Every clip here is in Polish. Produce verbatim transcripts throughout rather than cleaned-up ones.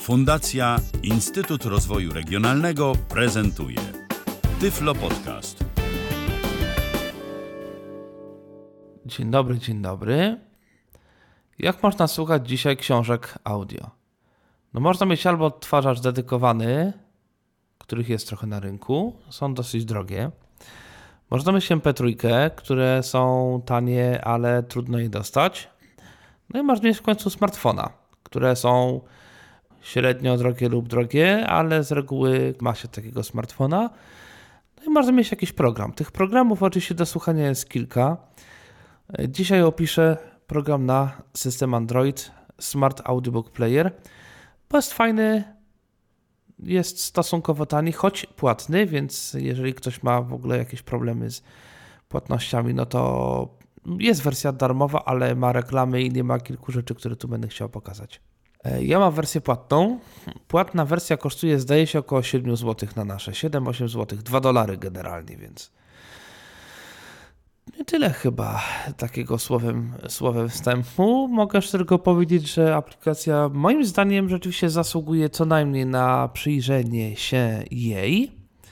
Fundacja Instytut Rozwoju Regionalnego prezentuje Tyflo Podcast. Dzień dobry, dzień dobry. Jak można słuchać dzisiaj książek audio? No można mieć albo odtwarzacz dedykowany, których jest trochę na rynku, są dosyć drogie. Można mieć em pe trzy, które są tanie, ale trudno je dostać. No i można mieć w końcu smartfona, które są średnio drogie lub drogie, ale z reguły ma się takiego smartfona. No i można mieć jakiś program. Tych programów oczywiście do słuchania jest kilka. Dzisiaj opiszę program na system Android Smart Audiobook Player. Bo jest fajny, jest stosunkowo tani, choć płatny, więc jeżeli ktoś ma w ogóle jakieś problemy z płatnościami, no to jest wersja darmowa, ale ma reklamy i nie ma kilku rzeczy, które tu będę chciał pokazać. Ja mam wersję płatną. Płatna wersja kosztuje, zdaje się, około siedem złotych na nasze. siedem osiem złotych, dwa dolary generalnie, więc nie tyle chyba takiego słowem, słowem wstępu. Mogę tylko powiedzieć, że aplikacja moim zdaniem rzeczywiście zasługuje co najmniej na przyjrzenie się jej.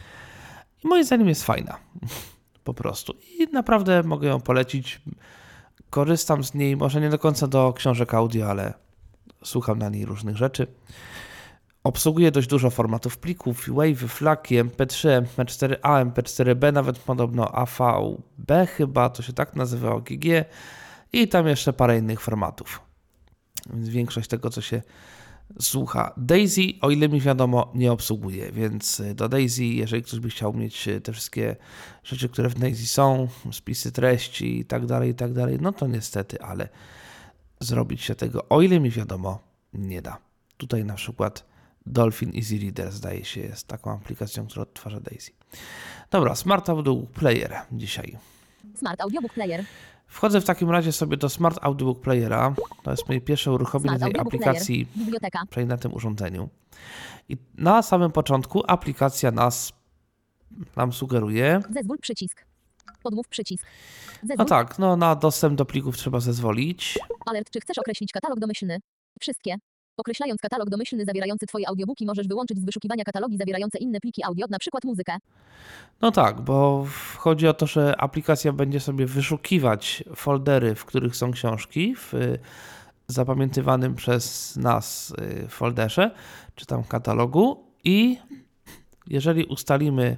I moim zdaniem jest fajna. Po prostu. I naprawdę mogę ją polecić. Korzystam z niej, może nie do końca do książek audio, ale słucham na niej różnych rzeczy. Obsługuje dość dużo formatów plików, WAV, FLAC, em pe trzy, em pe cztery a, em pe cztery be, nawet podobno a vé bé chyba, to się tak nazywa, o gé gé i tam jeszcze parę innych formatów. Więc większość tego, co się słucha. Daisy, o ile mi wiadomo, nie obsługuje, więc do Daisy, jeżeli ktoś by chciał mieć te wszystkie rzeczy, które w Daisy są, spisy treści i tak dalej, i tak dalej, no to niestety, ale zrobić się tego, o ile mi wiadomo, nie da. Tutaj na przykład Dolphin Easy Reader, zdaje się, jest taką aplikacją, która odtwarza Daisy. Dobra, Smart Audiobook Player dzisiaj. Smart Audiobook Player. Wchodzę w takim razie sobie do Smart Audiobook Playera. To jest moje pierwsze uruchomienie tej aplikacji przej na tym urządzeniu. I na samym początku aplikacja nas nam sugeruje. Zezwól przycisk. Odmów przycisk. Zezwól. No tak, no na dostęp do plików trzeba zezwolić. Alert, czy chcesz określić katalog domyślny? Wszystkie. Określając katalog domyślny zawierający Twoje audiobooki, możesz wyłączyć z wyszukiwania katalogi zawierające inne pliki audio, na przykład muzykę. No tak, bo chodzi o to, że aplikacja będzie sobie wyszukiwać foldery, w których są książki w zapamiętywanym przez nas folderze, czy tam katalogu, i jeżeli ustalimy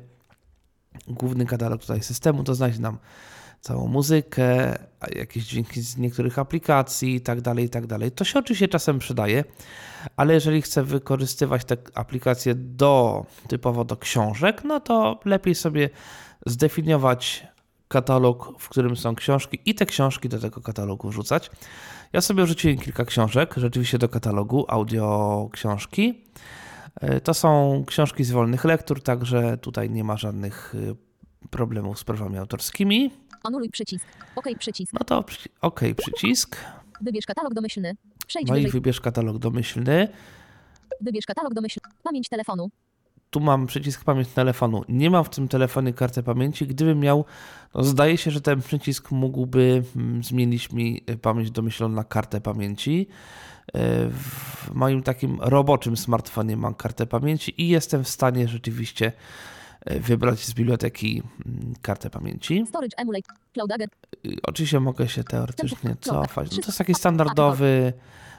główny katalog tutaj systemu, to znajdzie nam całą muzykę, jakieś dźwięki z niektórych aplikacji i tak dalej, i tak dalej. To się oczywiście czasem przydaje, ale jeżeli chcę wykorzystywać tę aplikację do, typowo do książek, no to lepiej sobie zdefiniować katalog, w którym są książki i te książki do tego katalogu wrzucać. Ja sobie wrzuciłem kilka książek, rzeczywiście do katalogu, audio książki. To są książki z wolnych lektur, także tutaj nie ma żadnych problemów z prawami autorskimi. Anuluj przycisk. OK przycisk. No to OK przycisk. Wybierz katalog domyślny. Przejdź No wyżej. i wybierz katalog domyślny. Wybierz katalog domyślny. Pamięć telefonu. Tu mam przycisk pamięć telefonu. Nie mam w tym telefonie karty pamięci. Gdybym miał, no zdaje się, że ten przycisk mógłby zmienić mi pamięć domyślną na kartę pamięci. W moim takim roboczym smartfonie mam kartę pamięci i jestem w stanie rzeczywiście wybrać z biblioteki kartę pamięci. Storage Emulate Cloud Agent. Oczywiście mogę się teoretycznie cofać. No to jest taki standardowy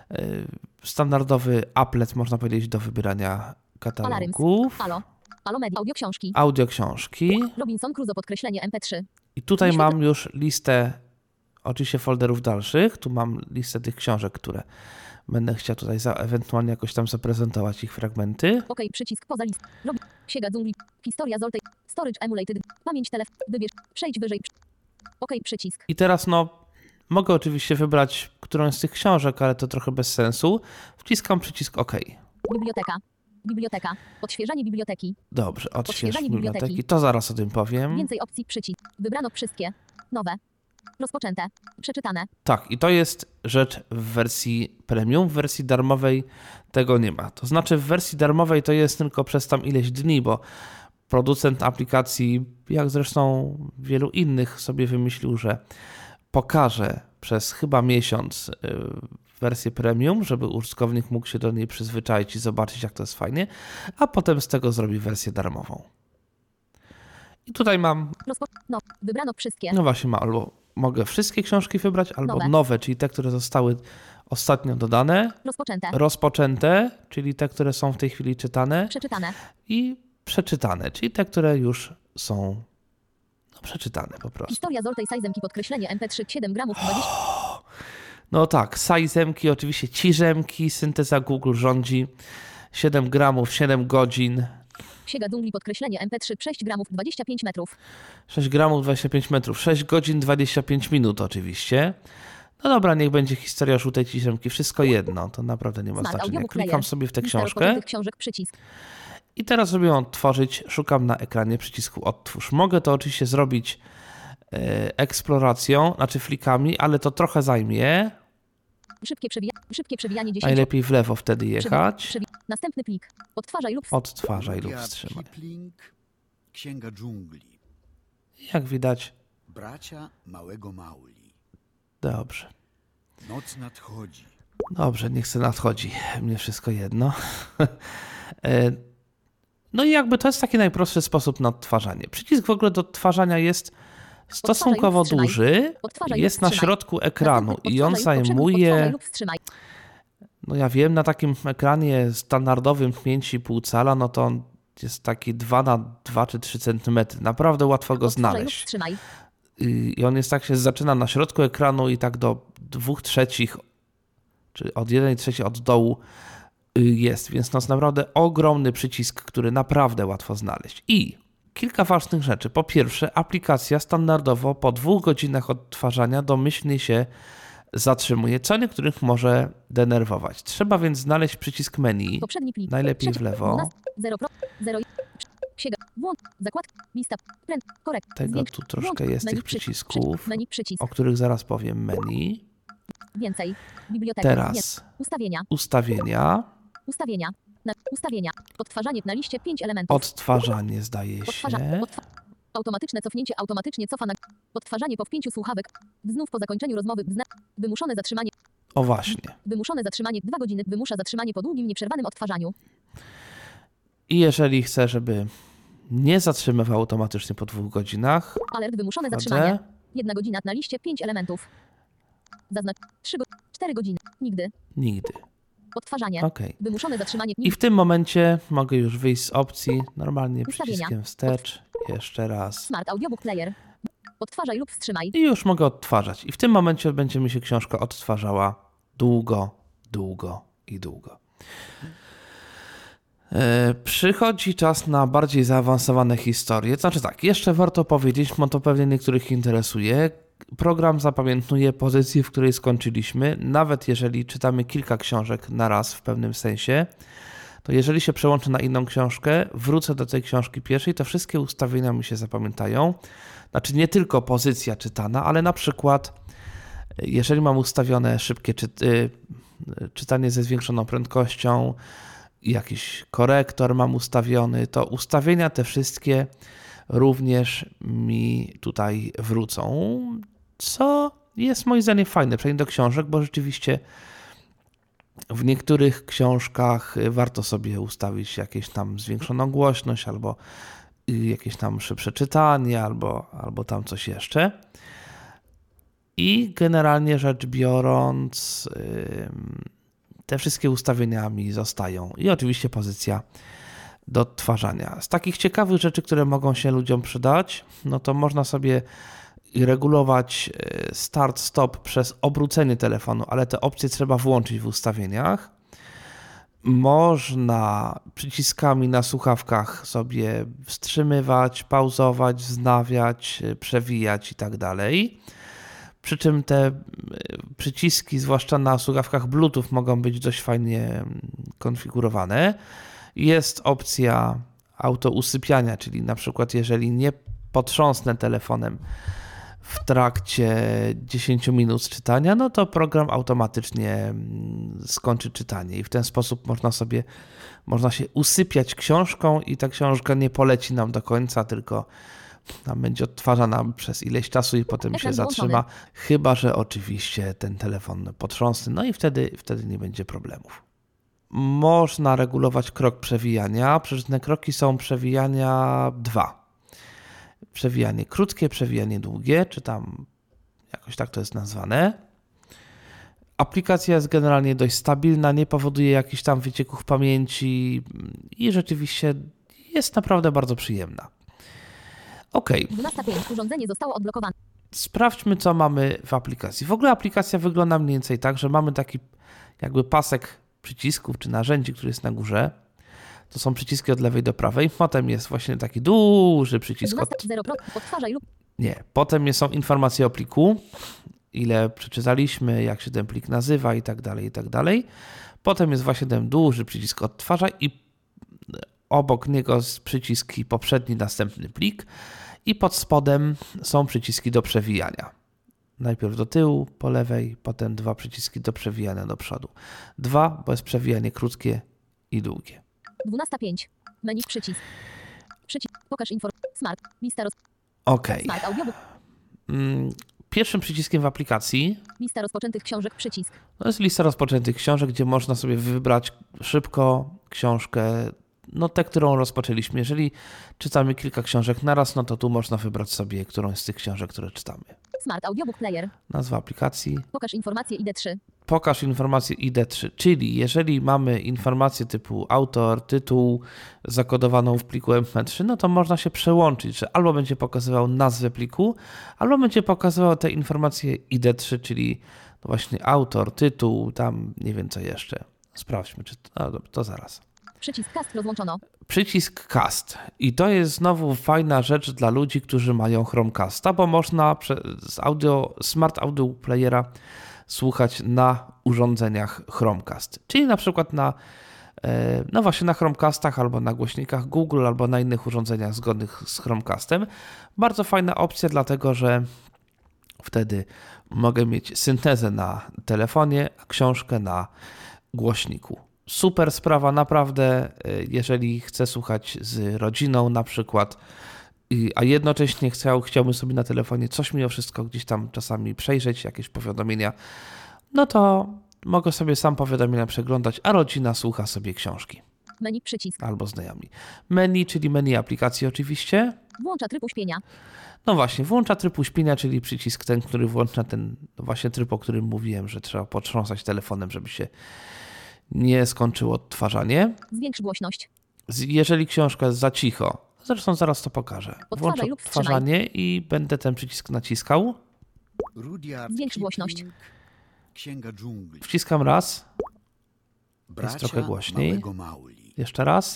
standardowy applet, można powiedzieć, do wybierania katalogów. Alo. Alo Media. Audio książki. Audio książki. Robinson Crusoe podkreślenie em pe trzy. I tutaj mam już listę oczywiście folderów dalszych. Tu mam listę tych książek, które będę chciał tutaj za, ewentualnie jakoś tam zaprezentować ich fragmenty. OK, przycisk poza list. Rob... Księga dżungli. Historia Zoltej. Storage Emulated. Pamięć telefon. Wybierz. Przejdź wyżej. OK, przycisk. I teraz no, mogę oczywiście wybrać którąś z tych książek, ale to trochę bez sensu. Wciskam przycisk OK. Biblioteka. Biblioteka. Odświeżanie biblioteki. Dobrze, odśwież biblioteki. biblioteki. To zaraz o tym powiem. Więcej opcji, przycisk. Wybrano wszystkie. Nowe. Rozpoczęte. Przeczytane. Tak, i to jest rzecz w wersji premium. W wersji darmowej tego nie ma. To znaczy w wersji darmowej to jest tylko przez tam ileś dni, bo producent aplikacji, jak zresztą wielu innych, sobie wymyślił, że pokaże przez chyba miesiąc wersję premium, żeby użytkownik mógł się do niej przyzwyczaić i zobaczyć, jak to jest fajnie, a potem z tego zrobi wersję darmową. I tutaj mam, Rozpo... No, wybrano wszystkie. no właśnie, ma, albo mogę wszystkie książki wybrać, albo Nowe. nowe, czyli te, które zostały ostatnio dodane, Rozpoczęte. rozpoczęte, czyli te, które są w tej chwili czytane Przeczytane. i przeczytane, czyli te, które już są no, przeczytane po prostu. Historia Zoltej Sajzemki podkreślenie M P trzy siedem gramów dwadzieścia. No tak, Sajzemki, oczywiście Ciżemki, synteza Google rządzi, siedem gramów, siedem godzin, Księga dżungli podkreślenie M P trzy sześć gramów dwadzieścia pięć metrów. sześć gramów, dwadzieścia pięć metrów, sześć godzin, dwadzieścia pięć minut oczywiście. No dobra, niech będzie historia żółtej Ciżemki, wszystko jedno, to naprawdę nie ma Smart znaczenia. audiobook Klikam player. sobie w tę Lista książkę rozpoczętych książek przycisk. i teraz sobie ją odtworzyć, szukam na ekranie przycisku odtwórz. Mogę to oczywiście zrobić e, eksploracją, znaczy flikami, ale to trochę zajmie. Szybkie, przewija... Szybkie przewijanie dziesięć. Najlepiej w lewo wtedy jechać. Przewi... Następny plik. Odtwarzaj lub Odtwarzaj lub Rudyard wstrzymaj. Kipling, Księga dżungli. Jak widać, Bracia małego Mauli. dobrze. Noc nadchodzi. Dobrze, niech se nadchodzi. Mnie wszystko jedno. E, No i jakby to jest taki najprostszy sposób na odtwarzanie. Przycisk w ogóle do odtwarzania jest stosunkowo wstrzymaj. duży. Odtwarzaj lub Jest na wstrzymaj. środku ekranu Następny i on odtwarzaj lub- poprzedni zajmuje, odtwarzaj lub wstrzymaj. no ja wiem, na takim ekranie standardowym pięć i pół cala, no to on jest taki dwa na dwa czy trzy centymetry. Naprawdę łatwo go Odtwarzaj lub znaleźć. wstrzymaj. I i on jest tak, się zaczyna na środku ekranu i tak do dwóch trzecich, czy od jednej trzeciej od dołu y, jest, więc to jest naprawdę ogromny przycisk, który naprawdę łatwo znaleźć. I kilka ważnych rzeczy. Po pierwsze, aplikacja standardowo po dwóch godzinach odtwarzania domyślnie się zatrzymuje, co niektórych może denerwować. Trzeba więc znaleźć przycisk menu, Poprzedni plik. najlepiej w Przeciw- lewo. dwanaście, zero pro, zero, Księga. Włącz. Zakładka. Lista. Pręd. Korekt. Tego Zwiększ. tu troszkę Włącz. jest Menu tych przy- przycisków, Przy, menu przycisk. o których zaraz powiem. Menu. Więcej. Biblioteka. Teraz Wiec. Ustawienia. ustawienia, Ustawienia. Na, ustawienia. Odtwarzanie na liście pięć elementów. odtwarzanie zdaje Odtwarza, się. odtwa automatyczne cofnięcie automatycznie cofa na odtwarzanie po wpięciu słuchawek. Znów po zakończeniu rozmowy. Wzna wymuszone zatrzymanie. O właśnie. Wymuszone zatrzymanie. Dwa godziny. Wymusza zatrzymanie po długim, nieprzerwanym odtwarzaniu. I jeżeli chcę, żeby nie zatrzymywał automatycznie po dwóch godzinach, Alert. Wymuszone zatrzymanie. wchodzę. Jedna godzina na liście pięć elementów. Zaznacz. Trzy go cztery godziny. Nigdy. Nigdy. Odtwarzanie. Ok. Wymuszone zatrzymanie. I w tym momencie mogę już wyjść z opcji normalnie Ustawienia. przyciskiem wstecz. Jeszcze raz. Smart Audiobook Player. Odtwarzaj lub wstrzymaj. I już mogę odtwarzać. I w tym momencie będzie mi się książka odtwarzała długo, długo i długo. E, Przychodzi czas na bardziej zaawansowane historie. Znaczy tak, jeszcze warto powiedzieć, bo to pewnie niektórych interesuje. Program zapamiętuje pozycję, w której skończyliśmy, nawet jeżeli czytamy kilka książek na raz w pewnym sensie, to jeżeli się przełączę na inną książkę, wrócę do tej książki pierwszej, to wszystkie ustawienia mi się zapamiętają. Znaczy nie tylko pozycja czytana, ale na przykład jeżeli mam ustawione szybkie czy, y, czytanie ze zwiększoną prędkością, jakiś korektor mam ustawiony, to ustawienia te wszystkie również mi tutaj wrócą, co jest moim zdaniem fajne, przynajmniej do książek, bo rzeczywiście w niektórych książkach warto sobie ustawić jakieś tam zwiększoną głośność albo jakieś tam szybsze czytanie, albo, albo tam coś jeszcze. I generalnie rzecz biorąc, te wszystkie ustawienia mi zostają. I oczywiście pozycja do odtwarzania. Z takich ciekawych rzeczy, które mogą się ludziom przydać, no to można sobie regulować start, stop przez obrócenie telefonu, ale te opcje trzeba włączyć w ustawieniach. Można przyciskami na słuchawkach sobie wstrzymywać, pauzować, wznawiać, przewijać i tak dalej. Przy czym te przyciski, zwłaszcza na słuchawkach Bluetooth, mogą być dość fajnie konfigurowane. Jest opcja autousypiania, czyli na przykład jeżeli nie potrząsnę telefonem w trakcie dziesięć minut czytania, no to program automatycznie skończy czytanie i w ten sposób można sobie, można się usypiać książką i ta książka nie poleci nam do końca, tylko Tam będzie odtwarzana przez ileś czasu i potem się Ekran zatrzyma, wyłączony. chyba że oczywiście ten telefon potrząsny, no i wtedy, wtedy nie będzie problemów. Można regulować krok przewijania. Przeróżne kroki są przewijania dwa. Przewijanie krótkie, przewijanie długie, czy tam jakoś tak to jest nazwane. Aplikacja jest generalnie dość stabilna, nie powoduje jakichś tam wycieków pamięci i rzeczywiście jest naprawdę bardzo przyjemna. Ok, dwunasta pięć. Urządzenie zostało odblokowane. sprawdźmy co mamy w aplikacji. W ogóle aplikacja wygląda mniej więcej tak, że mamy taki jakby pasek przycisków czy narzędzi, który jest na górze. To są przyciski od lewej do prawej. Potem jest właśnie taki duży przycisk od... dwanaście zero. Odtwarzaj lub Nie. Potem są informacje o pliku, ile przeczytaliśmy, jak się ten plik nazywa i tak dalej, i tak dalej. Potem jest właśnie ten duży przycisk odtwarzaj i obok niego jest przyciski poprzedni, następny plik i pod spodem są przyciski do przewijania. Najpierw do tyłu, po lewej, potem dwa przyciski do przewijania do przodu. Dwa, bo jest przewijanie krótkie i długie. dwunasta pięć. Menu przycisk. Przycisk. Pokaż informacje. Smart. Lista roz... Ok. Smart audiobook. Mm, Pierwszym przyciskiem w aplikacji Lista rozpoczętych książek przycisk. to jest lista rozpoczętych książek, gdzie można sobie wybrać szybko książkę, no tę, którą rozpoczęliśmy. Jeżeli czytamy kilka książek naraz, no to tu można wybrać sobie którąś z tych książek, które czytamy. Smart audiobook player. Nazwa aplikacji. Pokaż informacje I D trzy. Pokaż informację I D trzy, czyli jeżeli mamy informację typu autor, tytuł zakodowaną w pliku M P trzy, no to można się przełączyć, że albo będzie pokazywał nazwę pliku, albo będzie pokazywał te informacje I D trzy, czyli no właśnie autor, tytuł, tam nie wiem co jeszcze. Sprawdźmy, czy to, no, to zaraz. Przycisk cast rozłączono. Przycisk Cast. I to jest znowu fajna rzecz dla ludzi, którzy mają Chromecasta, bo można z audio, Smart Audio Playera słuchać na urządzeniach Chromecast. Czyli na przykład na, no właśnie na Chromecastach albo na głośnikach Google albo na innych urządzeniach zgodnych z Chromecastem. Bardzo fajna opcja, dlatego że wtedy mogę mieć syntezę na telefonie, a książkę na głośniku. Super sprawa, naprawdę, jeżeli chcę słuchać z rodziną na przykład, a jednocześnie chciał, chciałbym sobie na telefonie coś mimo wszystko gdzieś tam czasami przejrzeć, jakieś powiadomienia, no to mogę sobie sam powiadomienia przeglądać, a rodzina słucha sobie książki. Menu przycisk. Albo znajomi. Menu, czyli menu aplikacji oczywiście. Włącza tryb uśpienia. No właśnie, włącza tryb uśpienia, czyli przycisk ten, który włącza ten właśnie tryb, o którym mówiłem, że trzeba potrząsać telefonem, żeby się nie skończyło odtwarzanie. Zwiększ głośność. Jeżeli książka jest za cicho, zresztą zaraz to pokażę. Odtwarzaj Włączę lub odtwarzanie i będę ten przycisk naciskał. Rudyard Zwiększ Kipling, głośność. Księga dżungli. Wciskam raz, Bracia trochę głośniej. małego Mauli. jeszcze raz,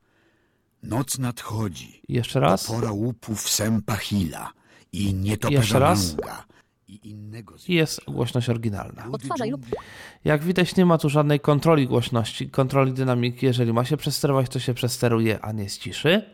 Noc nadchodzi. i jeszcze raz. Pora łupów Sempa Hilla i Jeszcze nietoperza raz. Manga i innego I jest głośność oryginalna. Rudy Odtwarzaj lub- dżungli. Jak widać, nie ma tu żadnej kontroli głośności, kontroli dynamiki. Jeżeli ma się przesterować, to się przesteruje, a nie ściszy.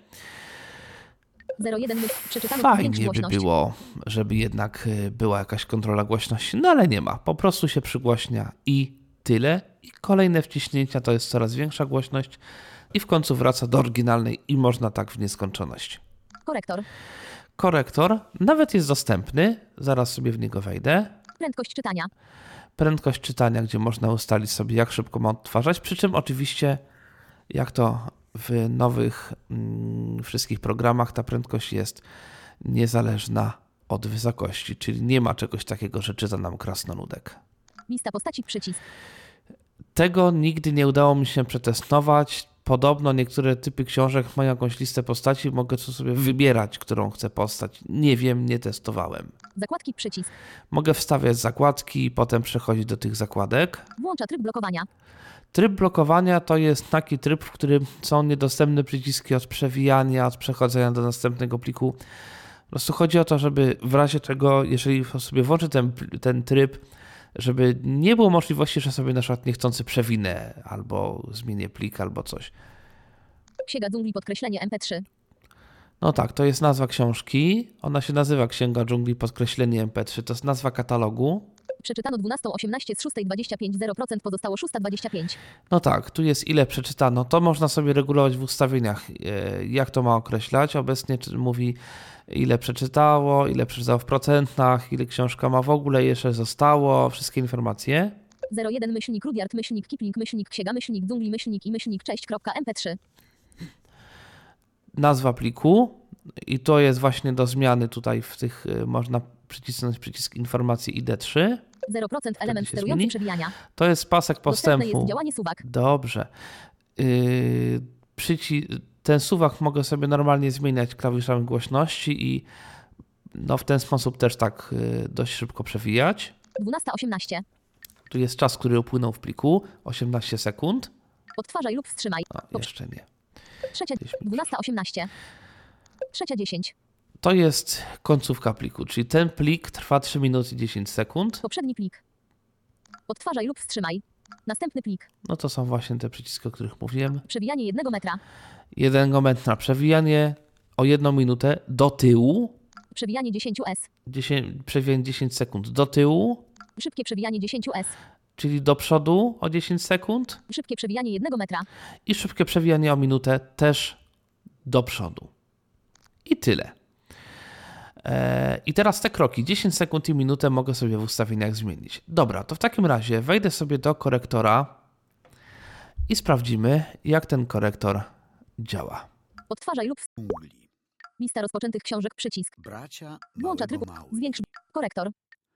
zero jeden. Przeczytamy. Zwiększ Fajnie by głośność. było, było, żeby jednak y, była jakaś kontrola głośności, no ale nie ma. Po prostu się przygłaśnia i tyle. I kolejne wciśnięcia to jest coraz większa głośność i w końcu wraca do oryginalnej i można tak w nieskończoność. Korektor. Korektor nawet jest dostępny, zaraz sobie w niego wejdę. Prędkość czytania. Prędkość czytania, gdzie można ustalić sobie, jak szybko ma odtwarzać, przy czym oczywiście, jak to w nowych mm, wszystkich programach, ta prędkość jest niezależna od wysokości, czyli nie ma czegoś takiego, że czyta nam krasnoludek. Lista postaci przycisk. Tego nigdy nie udało mi się przetestować. Podobno niektóre typy książek mają jakąś listę postaci, mogę tu sobie wybierać, którą chcę postać. Nie wiem, nie testowałem. Zakładki przycisk. Mogę wstawiać zakładki i potem przechodzić do tych zakładek. Włącza tryb blokowania. Tryb blokowania to jest taki tryb, w którym są niedostępne przyciski od przewijania, od przechodzenia do następnego pliku. Po prostu chodzi o to, żeby w razie czego, jeżeli sobie włączę ten, ten tryb, żeby nie było możliwości, że sobie na przykład niechcący przewinę albo zmienię plik albo coś. Księga dżungli podkreślenie M P trzy. No tak, to jest nazwa książki. Ona się nazywa Księga dżungli podkreślenie M P trzy. To jest nazwa katalogu. Przeczytano dwunasta osiemnaście z szóstej dwadzieścia pięć, zero procent pozostało szósta dwadzieścia pięć. No tak, tu jest ile przeczytano. To można sobie regulować w ustawieniach, e, jak to ma określać. Obecnie czy- mówi ile przeczytało, ile przeczytało w procentach, ile książka ma w ogóle jeszcze zostało, wszystkie informacje. zero jeden myślnik Rudyard myślnik Kipling myślnik Księga myślnik Dżungli myślnik i myślnik cześć kropka em pe trzy. Nazwa pliku i to jest właśnie do zmiany tutaj w tych, e, można przycisnąć przycisk informacji I D trzy. zero procent element się sterujący zmieni? przewijania. To jest pasek Dostępne postępu. jest działanie suwak. Dobrze. Yy, przyci- ten suwak mogę sobie normalnie zmieniać klawiszami głośności i no w ten sposób też tak yy, dość szybko przewijać. dwunasta osiemnaście. Tu jest czas, który upłynął w pliku, osiemnaście sekund. Odtwarzaj lub wstrzymaj. O, jeszcze nie. Trzecia. dwunasta osiemnaście. Trzecia dziesięć. To jest końcówka pliku, czyli ten plik trwa trzy minuty dziesięć sekund. Poprzedni plik. Odtwarzaj lub wstrzymaj. Następny plik. No to są właśnie te przyciski, o których mówiłem. Przewijanie jednego metra. Jeden moment na przewijanie o jedną minutę do tyłu. Przewijanie dziesięć es. dziesięć, przewijanie dziesięć sekund do tyłu, Szybkie przewijanie dziesięć es. czyli do przodu o dziesięć sekund. Szybkie przewijanie jednego metra. I szybkie przewijanie o minutę też do przodu. I tyle. Eee, I teraz te kroki, dziesięć sekund i minutę mogę sobie w ustawieniach zmienić. Dobra, to w takim razie wejdę sobie do korektora i sprawdzimy, jak ten korektor działa. Odtwarzaj lub Dżungli. lista rozpoczętych książek przycisk. Bracia Włącza małego tryb. mały. Zwiększ. Korektor.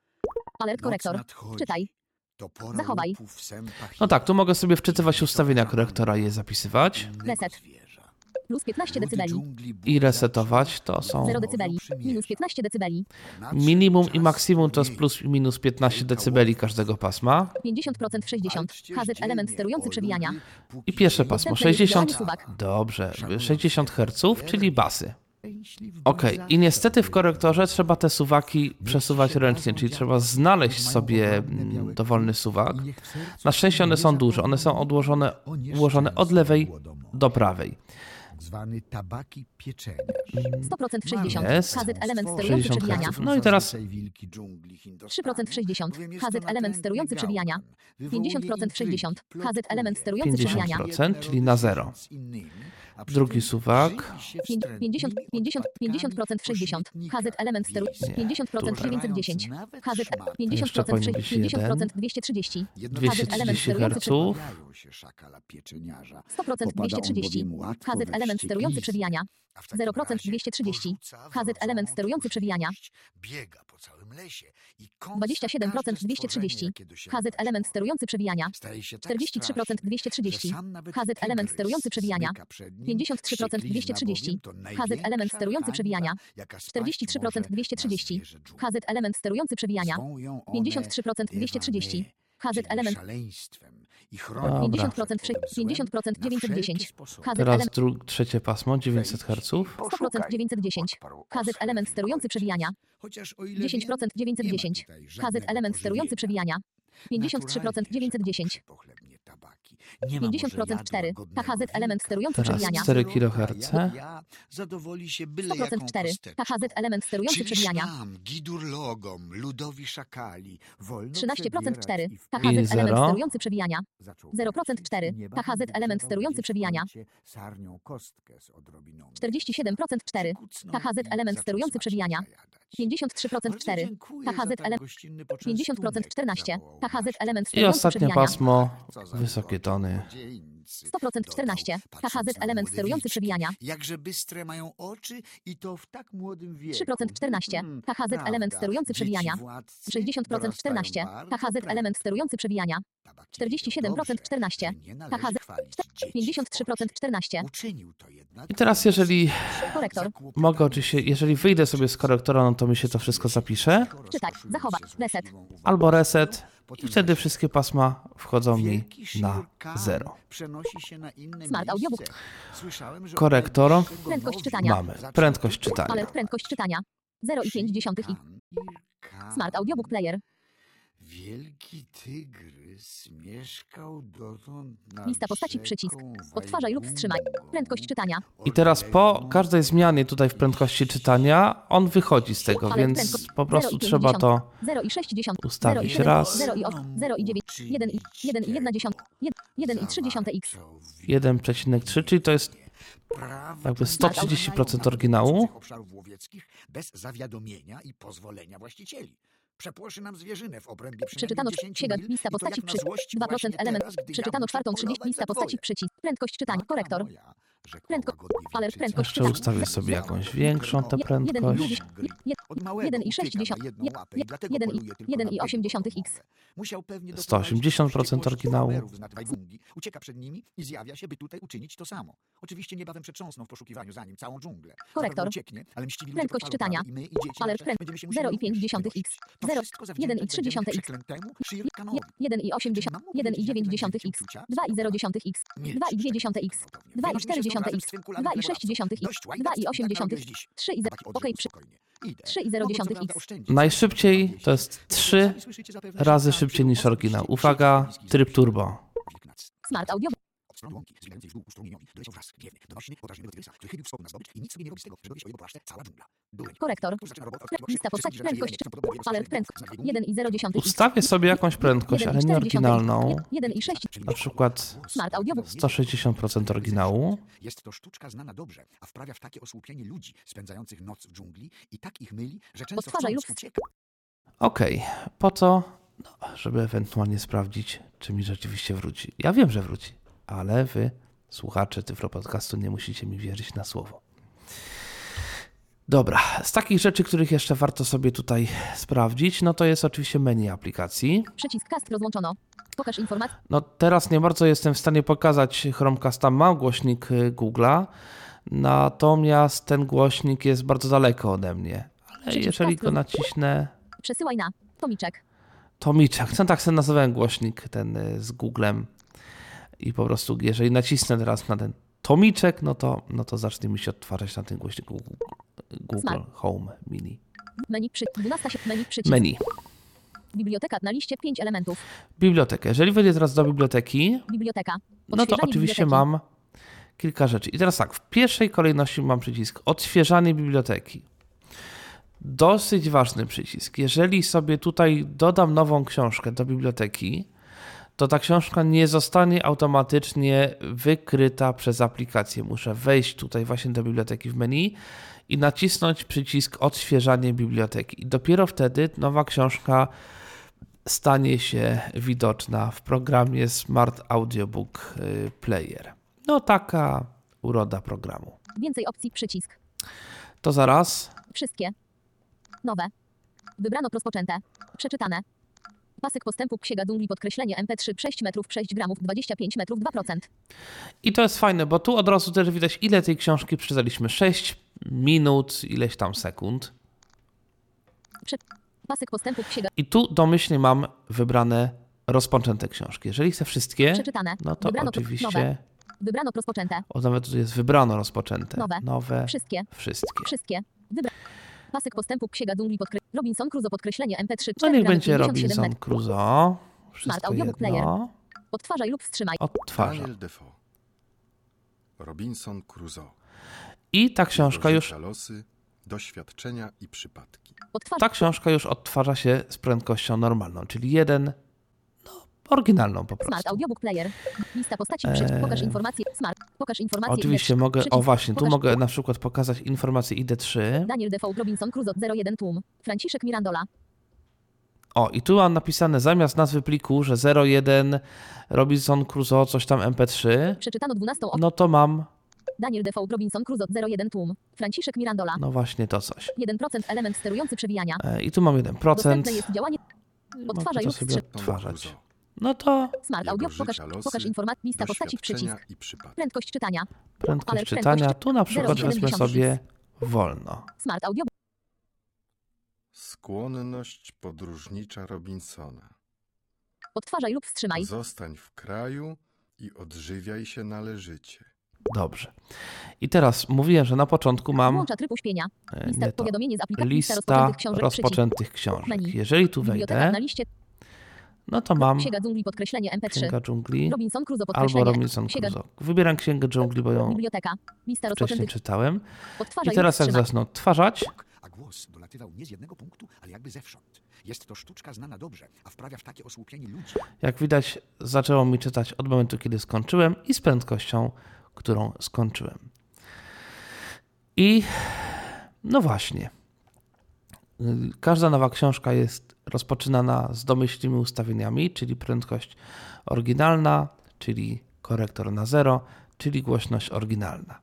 Alert Noc korektor. nadchodzi. Czytaj. To pora Zachowaj. łupów sępa No tak, tu mogę sobie wczytywać ustawienia korektora i je zapisywać. innego Reset. zwierza. Plus piętnaście Ludy decybeli. dżungli I resetować to są zero decybeli. Minus piętnaście decybeli. Nadszedł minimum i czas maksimum to jest mniej. plus i minus piętnaście decybeli każdego pasma. pięćdziesiąt procent sześćdziesiąt. Walczcie H Z element dziennie, sterujący o przewijania. ludy, póki I pierwsze żyją. pasmo Dostępne jest sześćdziesiąt. działanie suwak. Dobrze, sześćdziesiąt herców, czyli basy. Szczęśliw Ok, bądź i niestety w zawsze, korektorze trzeba te suwaki przesuwać ręcznie, czyli trzeba znaleźć sobie mm, dowolny suwak. Na szczęście one są duże, one są odłożone, ułożone od lewej do prawej. zwany tabaki pieczeniarz. sto procent sześćdziesiąt. Jest. H Z element sterujący sześćdziesiąt przewijania. herców. No i teraz wilki dżungli Hindostanu, trzy procent sześćdziesiąt. bowiem jest H Z to element natrętny sterujący przewijania. gałgan. Wywołuje pięćdziesiąt procent intrygi, sześćdziesiąt. H Z element plotuje. sterujący pięćdziesiąt przewijania. procent, czyli na zero. Z innymi, a przy Drugi tym suwak. żywi się Pięć- wstrętnymi pięćdziesiąt pięćdziesiąt pięćdziesiąt procent odpadkami sześćdziesiąt. H Z element steru liści. pięćdziesiąt procent Tu dziewięćset dziesięć. nawet H Z szmaty. pięćdziesiąt Jeszcze procent powinien być pięćdziesiąt procent jeden. dwieście trzydzieści. dwieście H Z element trzydzieści sterujący herców. Pojawiają się szakala pieczeniarza. sto procent Popada dwieście on trzydzieści. bowiem łatwo H Z we element sterujący wścieklizny, przewijania. a w takim zero procent razie dwieście trzydzieści. porzuca H Z element wrodzoną sterujący przewijania. tchórzliwość, biega po całym lesie i kąsa dwadzieścia siedem procent każde dwieście trzydzieści. stworzenie, jakie dosięgnie H Z element sterujący przewijania. Staje się tak czterdzieści trzy procent straszny, dwieście trzydzieści. że sam nawet H Z element tygrys sterujący przewijania. zmyka przed nim. pięćdziesiąt trzy procent Wścieklizna dwieście trzydzieści. bowiem to H Z element największa sterujący hańba, przewijania. jaka spaść czterdzieści trzy procent może dwieście na trzydzieści. zwierzę dżungli. H Z element sterujący przewijania. Zwą ją one pięćdziesiąt trzy procent dwieście trzydzieści. dywanie, H Z czyli element szaleństwem i chronią Dobra. pięćdziesiąt procent przed złem pięćdziesiąt procent na dziewięćset wszelkie dziesięć. sposoby. H Z Teraz element dru- trzecie pasmo, dziewięćset Wejdź herców. sto procent dziewięćset dziesięć. H Z element sterujący przewijania. Chociaż o ile dziesięć procent wiem, dziewięćset nie ma dziesięć. tutaj H Z żadnego element sterujący pożywienia. przewijania. pięćdziesiąt trzy procent Naturalnie, dziewięćset że dziesięć. poprzy pochlebnie tabaki. Nie ma pięćdziesiąt może procent jadła cztery. godnego H Z element wilka. sterujący Teraz przewijania. cztery kiloherce. Ja, ja zadowoli się byle sto procent jaką cztery. kosteczką. H Z element sterujący Czyliż przewijania. nam, gidurlogom, ludowi szakali, wolno trzynaście procent przebierać cztery. i w H Z I element zero. sterujący przewijania. Zaczął zero procent walczyć cztery. i niebawem H Z element wygrzebał sterujący gdzieś w przewijania. kącie sarnią kostkę z odrobiną czterdzieści siedem procent cztery. Przykucnął H Z i element zaczął sterujący smacznie przewijania. zajadać. pięćdziesiąt trzy procent Bardzo cztery. dziękuję H Z za tak element gościnny pięćdziesiąt procent poczęstunek, czternaście. zawołał H Z Blaszka. element I sterujący ostatnie przewijania. pasmo, Co za wysokie miłość, tony. młodzieńcy, sto procent dodał, czternaście. patrząc H Z na element młode sterujący wilczki. przewijania. Jakże bystre mają oczy i to w tak młodym wieku. trzy procent czternaście. Hmm, H Z element prawda, sterujący dzieci przewijania. władcy sześćdziesiąt procent dorastają czternaście. bardzo H Z element prędko. sterujący przewijania. Tabaki czterdzieści siedem procent dobrze, czternaście. ale nie należy H Z chwalić dzieci pięćdziesiąt trzy procent w czternaście. oczy. Uczynił to jednak. I teraz jeżeli Korektor. mogę oczywiście, jeżeli wyjdę sobie z korektora, no to mi się to wszystko zapisze. Czytaj, zachowaj, reset. Albo reset i wtedy wszystkie pasma wchodzą mi Wielki na Shirkan zero. przenosi się na inne Smart audiobook. miejsce. Słyszałem, że Korektor. od najbliższego Prędkość nowiu czytania. Mamy zaczął prędkość tylko czytania. Alert prędkość czytania. zero i pięć dziesiątych i. Shirkan, Irkan. Smart audiobook player. Wielki tygrys mieszkał dotąd nad Lista postaci, rzeką przycisk. Odtwarzaj lub wstrzymaj. Prędkość czytania. I teraz po każdej zmianie tutaj w prędkości czytania on wychodzi z tego, Ale więc prędkość po prostu zero i trzeba pięć to zero i sześć dziesiątych, ustawić zero i raz. zero i osiem, zero i dziewięć, jeden i jeden i jedna dziesiąta, jeden i trzy dziesiąte x. jeden przecinek trzy, czyli to jest jakby sto trzydzieści procent oryginału. obszarów łowieckich bez zawiadomienia i pozwolenia właścicieli. Przepłoszy nam zwierzynę w obrębie Przeczytano przynajmniej księga, dziesięć mil lista i to postaci, jak na przycisk, złość dwa procent właśnie element, teraz, gdy ja przeczytano muszę czwartą trzydzieści, polować lista za postaci, dwoje. przycisk, prędkość czytania, Matka korektor, moja rzekła Prędko- łagodnie ale wilczyca. prędkość Jeszcze czytania. ustawię sobie jakąś większą tę jeden i prędkość. Od małego jeden i sześć utyka na dziesiątych, jedną łapę i dlatego jeden i- poluje tylko jeden na i osiem bydło dziesiątych domowe. x. Musiał pewnie sto osiemdziesiąt procent doprowadzić do oryginału. farmerów z Natwajwungi. Ucieka przed nimi i zjawia się, by tutaj uczynić to samo. Oczywiście niebawem przetrząsną w poszukiwaniu za nim całą dżunglę. Korektor. Zapewne ucieknie, ale mściwi ludzie Prędkość podpalą czytania. prawo i my, i dzieci Ale nasze pręd- będziemy się zero i musieli pięć również dziesiątych przenosić. x. To zero, wszystko jeden i zawdzięczać trzy będziemy dziesiąte x. przeklętemu Shirkanowi. jeden i osiem dziesiątych, jeden i dziewięć dziesiątych x, dwa i zero dziesiątych x, dwa i dwie dziesiąte x, dwa i cztery dziesiąte x, dwa i sześć dziesiątych x, dwa i osiem dziesiątych, trzy i zero, okej, przy, trzy i zero dziesiątych x. Najszybciej to jest trzy razy szybciej niż oryginał. Uwaga, tryb turbo. Smart Audio, Od strony łąki, zwijającej w dół ku strumieniowi, doleciał wraz, gniewny, donośny, podrażniego tygrysa, który chybił wschody na zdobycz i nic sobie nie robi z tego, że robi się o jego płaszcze cała dżungla. Dureń. korektor, Tu zaczyna robota od Pre- takiego lista krzyku, postaci, wszyscy prędkość, są podobne do jego alert skrzydła, prędkość, z Natwajwungi. jeden i zero dziesiątych x, Ustawię sobie jakąś prędkość, ale nie oryginalną. jeden i sześć, Na przykład Smart Audio, sto sześćdziesiąt procent oryginału. Jest to sztuczka znana dobrze, a wprawia w takie osłupienie ludzi spędzających noc w dżungli i tak ich myli, że często Odtwarzaj chcąc lub- ucieka. Okej, po co? No, żeby ewentualnie sprawdzić, czy mi rzeczywiście wróci. Ja wiem, że wróci, ale wy, słuchacze Tyflo Podcastu, nie musicie mi wierzyć na słowo. Dobra, z takich rzeczy, których jeszcze warto sobie tutaj sprawdzić, no to jest oczywiście menu aplikacji. przycisk cast rozłączono. Pokaż informację, No teraz nie bardzo jestem w stanie pokazać Chromecasta, mam głośnik y, Google'a, natomiast ten głośnik jest bardzo daleko ode mnie. Ale Przycisk jeżeli cast go nacisnę, przesyłaj na, tomiczek, Tomiczek, no tak sobie nazywałem głośnik ten y, z Googlem i po prostu jeżeli nacisnę teraz na ten Tomiczek, no to, no to zacznie mi się odtwarzać na tym głośniku Google, Google Smart. Home Mini. menu przy, dwunasta się, menu przycisk, Menu. biblioteka na liście pięć elementów, Bibliotekę. Jeżeli wejdę teraz do biblioteki, biblioteka, no to odświeżanie oczywiście biblioteki. mam kilka rzeczy. I teraz tak, w pierwszej kolejności mam przycisk odświeżanie biblioteki. Dosyć ważny przycisk. Jeżeli sobie tutaj dodam nową książkę do biblioteki, to ta książka nie zostanie automatycznie wykryta przez aplikację. Muszę wejść tutaj właśnie do biblioteki w menu i nacisnąć przycisk odświeżanie biblioteki. I dopiero wtedy nowa książka stanie się widoczna w programie Smart Audiobook Player. No taka uroda programu. Więcej opcji, przycisk, To zaraz. wszystkie, nowe, wybrano rozpoczęte, przeczytane, pasek postępu księga dżungli podkreślenie em pe trzy sześć metrów sześć gramów dwadzieścia pięć metrów dwa procent. I to jest fajne, bo tu od razu też widać, ile tej książki przeczytaliśmy. sześć minut, ileś tam sekund. Pasek postępu księga I tu domyślnie mam wybrane rozpoczęte książki. Jeżeli chcę wszystkie, przeczytane, no to wybrano oczywiście, nowe, wybrano rozpoczęte, o, nawet tu jest wybrano rozpoczęte. Nowe. Nowe, wszystkie, wszystkie. wszystkie, wybra... Pasek postępu księga dżungli podkreślenie Robinson Crusoe podkreślenie em pe trzy No cztery niech gramy będzie pięćdziesiąt siedem Robinson metrów. Crusoe. Wszystko Audiobook jedno. Odtwarzaj lub wstrzymaj. Odtwarzam. Daniel Defoe. Robinson Crusoe. I ta książka Jego już, życia, losy, doświadczenia i przypadki. Odtwarzaj. ta książka już odtwarza się z prędkością normalną, czyli jeden, no, oryginalną po Smart prostu. Audiobook Player. Lista postaci. Przy... Pokaż informacje. Smart. Pokaż informacje. Oczywiście I D trzy. mogę, o Przycisk. właśnie, tu Pokaż- mogę na przykład pokazać informację I D trzy. Daniel Defoe Robinson Crusoe zero jeden tłum. Franciszek Mirandola. O, i tu mam napisane zamiast nazwy pliku, że zero jeden Robinson Crusoe coś tam em pe trzy, Przeczytano dwunastą opcję. no to mam, Daniel Defoe Robinson Crusoe zero jeden tłum. Franciszek Mirandola. no właśnie to coś. jeden procent element sterujący przewijania. E, I tu mam jeden procent. Dostępne jest działanie. Odtwarzaj Mogę lub to sobie wstrzymaj. odtwarzać. Crusoe. No to Smart Jego Audio. Pokaż, życia, losy, pokaż informacje. Lista postaci. doświadczenia Przycisk. i przypadki. Prędkość czytania. prędkość Ale czytania, prędkość tu na przykład zero przecinek wezmę siedemdziesiąt sobie wolno. Smart Audio. Skłonność podróżnicza Robinsona. Odtwarzaj lub wstrzymaj. Zostań w kraju i odżywiaj się należycie. Dobrze. I teraz mówiłem, że na początku mam Włącza tryb uśpienia. e, Lista nie to, powiadomienie z aplikacji. Lista lista rozpoczętych książek. Przycisk. rozpoczętych książek. Menu. Jeżeli tu Biblioteka wejdę, na liście. No to mam Księga dżungli podkreślenie M P trzy. Księga dżungli Robinson Crusoe podkreślenie. albo Robinson Księga- Crusoe. Wybieram Księgę dżungli, bo ją Biblioteka. Lista wcześniej rozpoczętych. czytałem. Odtwarzaj I teraz lub jak wstrzymaj. zacznę odtwarzać, A głos dolatywał nie z jednego punktu, ale jakby zewsząd. Jest to sztuczka znana dobrze, a wprawia w takie osłupienie ludzi. jak widać, zaczęło mi czytać od momentu, kiedy skończyłem i z prędkością, którą skończyłem. I no właśnie. Każda nowa książka jest rozpoczynana z domyślnymi ustawieniami, czyli prędkość oryginalna, czyli korektor na zero, czyli głośność oryginalna.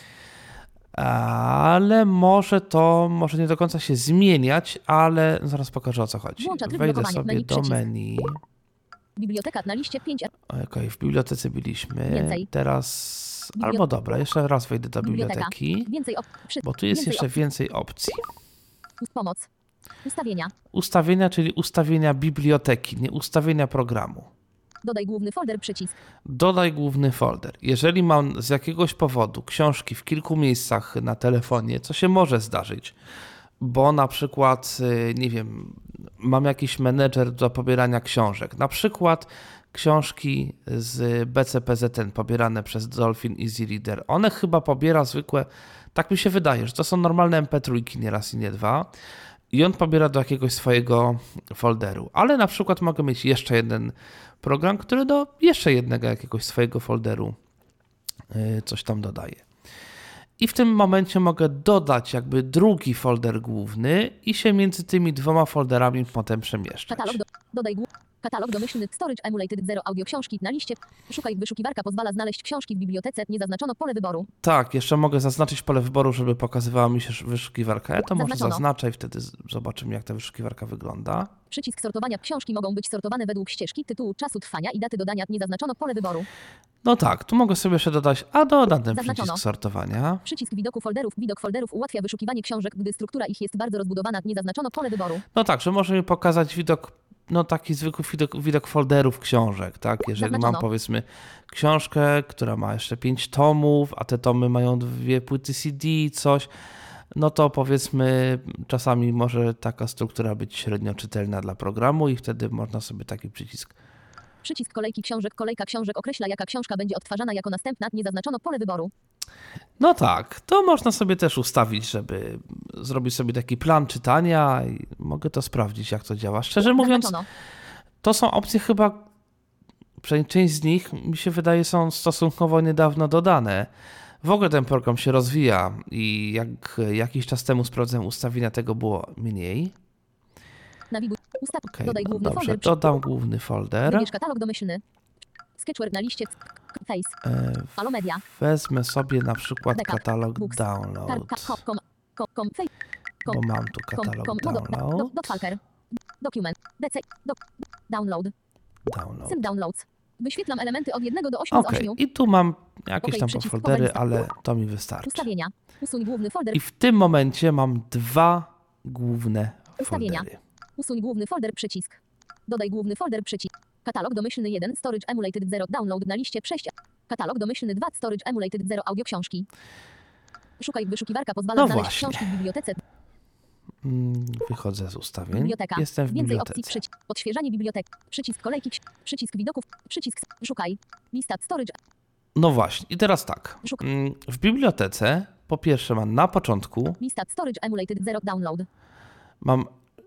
Ale może to, może nie do końca się zmieniać, ale zaraz pokażę, o co chodzi. Włącza tryb Wejdę blokowania. sobie Menu do przycisk. menu. Biblioteka na liście pięć. Okej, w bibliotece byliśmy. Więcej. Teraz, Biblio- albo dobra, jeszcze raz wejdę do Biblioteka. biblioteki, Więcej op... Przy... bo tu jest więcej jeszcze opcji. więcej opcji. Pomoc. Ustawienia. Ustawienia, czyli ustawienia biblioteki, nie ustawienia programu. Dodaj główny folder przycisk. Dodaj główny folder. Jeżeli mam z jakiegoś powodu książki w kilku miejscach na telefonie, co się może zdarzyć, bo na przykład, y, nie wiem, mam jakiś menedżer do pobierania książek, na przykład książki z B C P Z N pobierane przez Dolphin Easy Reader. One chyba pobiera zwykłe, tak mi się wydaje, że to są normalne M P trzy, nie raz i nie dwa. I on pobiera do jakiegoś swojego folderu. Ale na przykład mogę mieć jeszcze jeden program, który do jeszcze jednego jakiegoś swojego folderu yy, coś tam dodaje. I w tym momencie mogę dodać jakby drugi folder główny i się między tymi dwoma folderami potem przemieszczać. Katalog. Do... Dodaj główny. Katalog domyślny. Storage Emulated zero. Audio książki na liście. Szukaj. Wyszukiwarka pozwala znaleźć książki w bibliotece. Nie zaznaczono pole wyboru. Tak, jeszcze mogę zaznaczyć pole wyboru, żeby pokazywała mi się wyszukiwarka. Ja to może Zaznaczono. zaznaczę i wtedy z- zobaczymy, jak ta wyszukiwarka wygląda. Przycisk sortowania. Książki mogą być sortowane według ścieżki, tytułu, czasu trwania i daty dodania. Nie zaznaczono pole wyboru. No tak, tu mogę sobie jeszcze dodać, a dodam ten Zaznaczono. przycisk sortowania. Przycisk widoku folderów. Widok folderów ułatwia wyszukiwanie książek, gdy struktura ich jest bardzo rozbudowana. Nie zaznaczono pole wyboru. No tak, że może mi pokazać widok, no taki zwykły widok, widok folderów książek, tak? Jeżeli mam Zaznaczono. powiedzmy książkę, która ma jeszcze pięć tomów, a te tomy mają dwie płyty C D, coś, no to powiedzmy czasami może taka struktura być średnio czytelna dla programu i wtedy można sobie taki przycisk. Przycisk kolejki książek. Kolejka książek określa, jaka książka będzie odtwarzana jako następna. Nie zaznaczono pole wyboru. No tak, to można sobie też ustawić, żeby zrobić sobie taki plan czytania i mogę to sprawdzić, jak to działa. Szczerze mówiąc, Zaznaczono. to są opcje chyba, przynajmniej część z nich mi się wydaje są stosunkowo niedawno dodane. W ogóle ten program się rozwija i jak jakiś czas temu sprawdzałem ustawienia, tego było mniej. Nawiguj. Ustaw. Okej, Dodaj no główny dobrze, folder. dodam główny folder. Wybierz katalog domyślny. Sketchware na liście. Face. E, Halo Media. Wezmę sobie na przykład Backup. katalog Books. Kar, download, ka, com, com, com, com, face. Com, bo mam tu com, katalog com, no, do, do, download. do, Falker. Document. D C. Do, download. download. Sym downloads. Wyświetlam elementy od jednego do ośmiu z Okej, ośmiu. i tu mam jakieś Okej, tam przycisk foldery, powoli ale to mi wystarczy. Ustawienia. Usuń główny folder. I w tym momencie mam dwa główne Ustawienia. foldery. Usuń główny folder przycisk. Dodaj główny folder przycisk. Katalog domyślny jeden. Storage Emulated zero. Download na liście przejścia. Katalog domyślny dwa. Storage Emulated zero. Audio książki. Szukaj. Wyszukiwarka pozwala No znaleźć właśnie. książki w bibliotece. Mm, Wychodzę z ustawień. Biblioteka. Jestem w Więcej opcji. bibliotece. Przycisk. Odświeżanie biblioteki. Przycisk kolejki. ksi- Przycisk widoków. Przycisk. Szukaj. Lista storage. No właśnie, i teraz tak. Szuk- Mm, W bibliotece po pierwsze mam na początku Lista storage emulated zero. Download. mam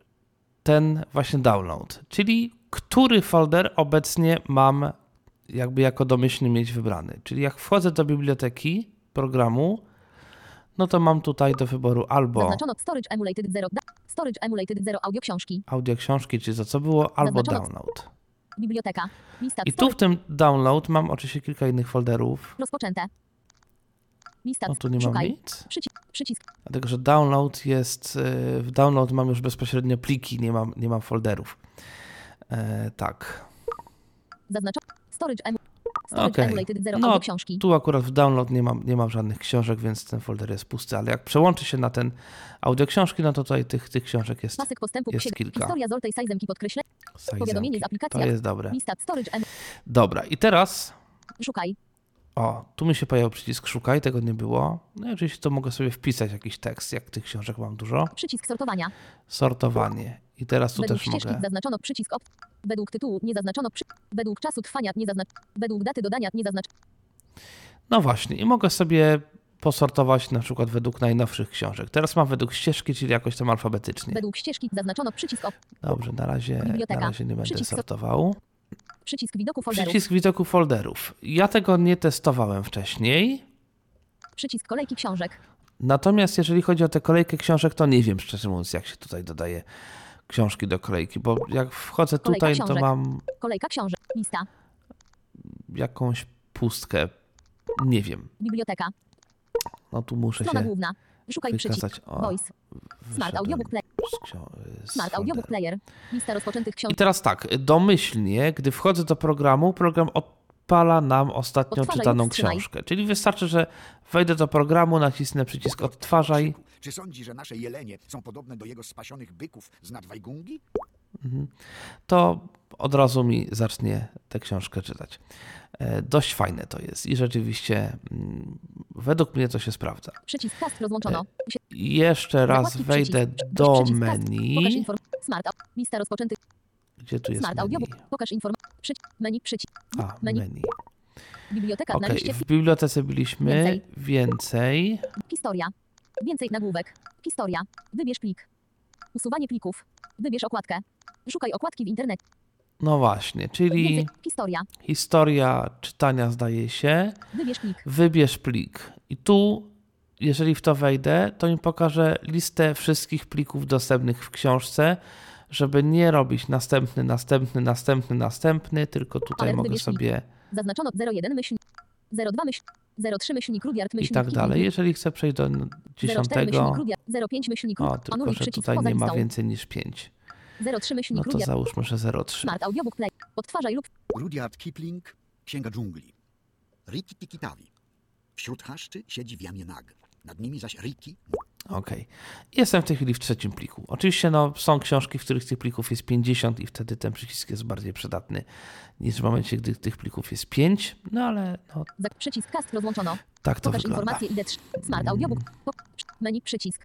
ten właśnie download, czyli który folder obecnie mam jakby jako domyślny mieć wybrany. Czyli jak wchodzę do biblioteki programu, no to mam tutaj do wyboru albo Zaznaczono storage emulated zero. Da- storage emulated zero. Audio książki. audio książki, czy za co było, albo Zaznaczono- download. Biblioteka. Lista I tu storage. w tym download mam oczywiście kilka innych folderów. Rozpoczęte. Lista. No tu nie mam Szukaj. nic. Przycisk. Przycisk. Dlatego, że download jest, y, w download mam już bezpośrednio pliki, nie mam, nie mam folderów. E, tak. Zaznaczono. Storage em. Storage Okej. emulated zero. No, Audio książki. Tu akurat w download nie mam, nie mam żadnych książek, więc ten folder jest pusty, ale jak przełączy się na ten audio książki, no to tutaj tych, tych książek jest Pasek postępu. jest księg- kilka. Historia Zoltej Sajzemki podkreślenie. Sajzemki. Powiadomienie z aplikacji. To jest dobre. Lista storage em. Dobra, i teraz, Szukaj. o, tu mi się pojawił przycisk szukaj, tego nie było. No i oczywiście to mogę sobie wpisać jakiś tekst, jak tych książek mam dużo. Przycisk sortowania. Sortowanie. I teraz tu Według też ścieżki mogę. zaznaczono przycisk op. Według tytułu nie zaznaczono przy... Według czasu trwania nie zaznaczono. Według daty dodania nie zaznaczono. No właśnie, i mogę sobie posortować na przykład według najnowszych książek. Teraz mam według ścieżki, czyli jakoś tam alfabetycznie. Według ścieżki zaznaczono przycisk op. Dobrze, na razie, na Biblioteka. razie nie będę Przycisk- sortował. Przycisk widoku folderów. Przycisk widoku folderów. Ja tego nie testowałem wcześniej. Przycisk kolejki książek. Natomiast jeżeli chodzi o tę kolejkę książek, to nie wiem szczerze mówiąc, jak się tutaj dodaje książki do kolejki, bo jak wchodzę Kolejka tutaj, to książek. mam Kolejka książek. Lista. jakąś pustkę. Nie wiem. Biblioteka. No tu muszę Strona się główna. Szukaj przycisk. wykazać. O, Voice. Smart wyszedłem Audiobook Player. z ksio- z Smart Audiobook folderu. Player. Lista rozpoczętych I książek. teraz tak, domyślnie, gdy wchodzę do programu, program odpala nam ostatnio Odtwarzaj czytaną lub wstrzymaj. książkę. Czyli wystarczy, że wejdę do programu, nacisnę przycisk odtwarzaj. Czy sądzi, że nasze jelenie są podobne do jego spasionych byków z Nadwajgungi? To od razu mi zacznie tę książkę czytać. E, Dość fajne to jest i rzeczywiście mm, według mnie to się sprawdza. Przycisk cast rozłączono. Sie- I jeszcze raz zakładki wejdę przycisk. do Przycisk cast. Pokaż menu. inform... Smart. Au- Lista rozpoczętych. Gdzie tu jest Smart menu? Audiobook. Pokaż inform... Przycisk. Menu przycisk. A, menu. menu. Biblioteka na Okej, liście. w bibliotece byliśmy. Więcej. Więcej. Historia. Więcej nagłówek. Historia. Wybierz plik. Usuwanie plików. Wybierz okładkę. Szukaj okładki w internecie. No właśnie, czyli Więcej. Historia. historia czytania zdaje się. Wybierz plik. Wybierz plik. I tu, jeżeli w to wejdę, to mi pokaże listę wszystkich plików dostępnych w książce, żeby nie robić następny, następny, następny, następny, tylko tutaj Alert, mogę wybierz plik. sobie Zaznaczono zero jeden myśl. zero dwa myśl. zero trzy myślnik Rudyard i myślnik. tak dalej. Jeżeli chcę przejść do zero cztery dziesiątego, myślnik Rudyard. zero pięć myślnik o, Rudyard. tylko Anuluj że przycisk tutaj poza nie ma listą. więcej niż pięć. zero trzy No myślnik to Rudyard. załóżmy, że zero trzy. Smart Audiobook Play. Odtwarzaj lub Rudyard Kipling, Księga dżungli. Riki Tiki Tavi. Wśród chaszczy siedzi w jamie nag. Nad nimi zaś Riki. Okej. Jestem w tej chwili w trzecim pliku. Oczywiście no, są książki, w których tych plików jest pięćdziesiąt i wtedy ten przycisk jest bardziej przydatny niż w momencie, gdy tych plików jest pięć, no ale no, za przycisk cast rozłączono. tak to Pokaż wygląda. informacje I D trzy. Smart Audiobook. Po, menu przycisk.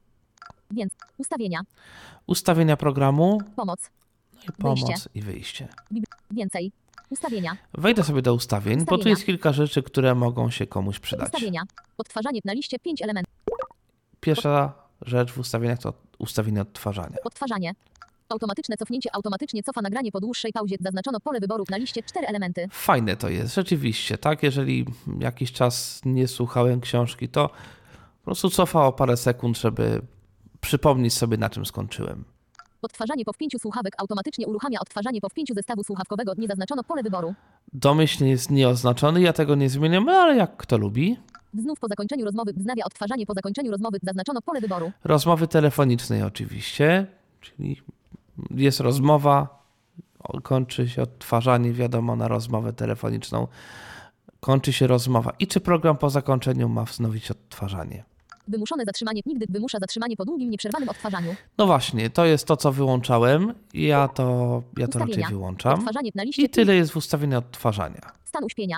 Więc ustawienia. Ustawienia programu, Pomoc. no i pomoc Wyjście. i wyjście. Więcej. Ustawienia. Wejdę sobie do ustawień, bo tu Ustawienia. jest kilka rzeczy, które mogą się komuś przydać. Ustawienia. Odtwarzanie na liście pięć elementów. Pierwsza rzecz w ustawieniach to ustawienie odtwarzania. Odtwarzanie. Automatyczne cofnięcie automatycznie cofa nagranie po dłuższej pauzie. Zaznaczono pole wyborów na liście cztery elementy. Fajne to jest, rzeczywiście, tak? Jeżeli jakiś czas nie słuchałem książki, to po prostu cofa o parę sekund, żeby przypomnieć sobie, na czym skończyłem. Odtwarzanie po wpięciu słuchawek automatycznie uruchamia odtwarzanie po wpięciu zestawu słuchawkowego. Nie zaznaczono pole wyboru. Domyślnie jest nieoznaczony, ja tego nie zmieniam, no ale jak kto lubi. Znów po zakończeniu rozmowy wznawia odtwarzanie po zakończeniu rozmowy. Zaznaczono pole wyboru. Rozmowy telefonicznej oczywiście, czyli jest rozmowa, kończy się odtwarzanie, wiadomo, na rozmowę telefoniczną, kończy się rozmowa. I czy program po zakończeniu ma wznowić odtwarzanie? Wymuszone zatrzymanie. Nigdy wymusza zatrzymanie po długim, nieprzerwanym odtwarzaniu. No właśnie, to jest to, co wyłączałem. Ja to, ja to raczej Ustawienia. wyłączam. Odtwarzanie na liście. I tyle jest w ustawieniu odtwarzania. Stan uśpienia.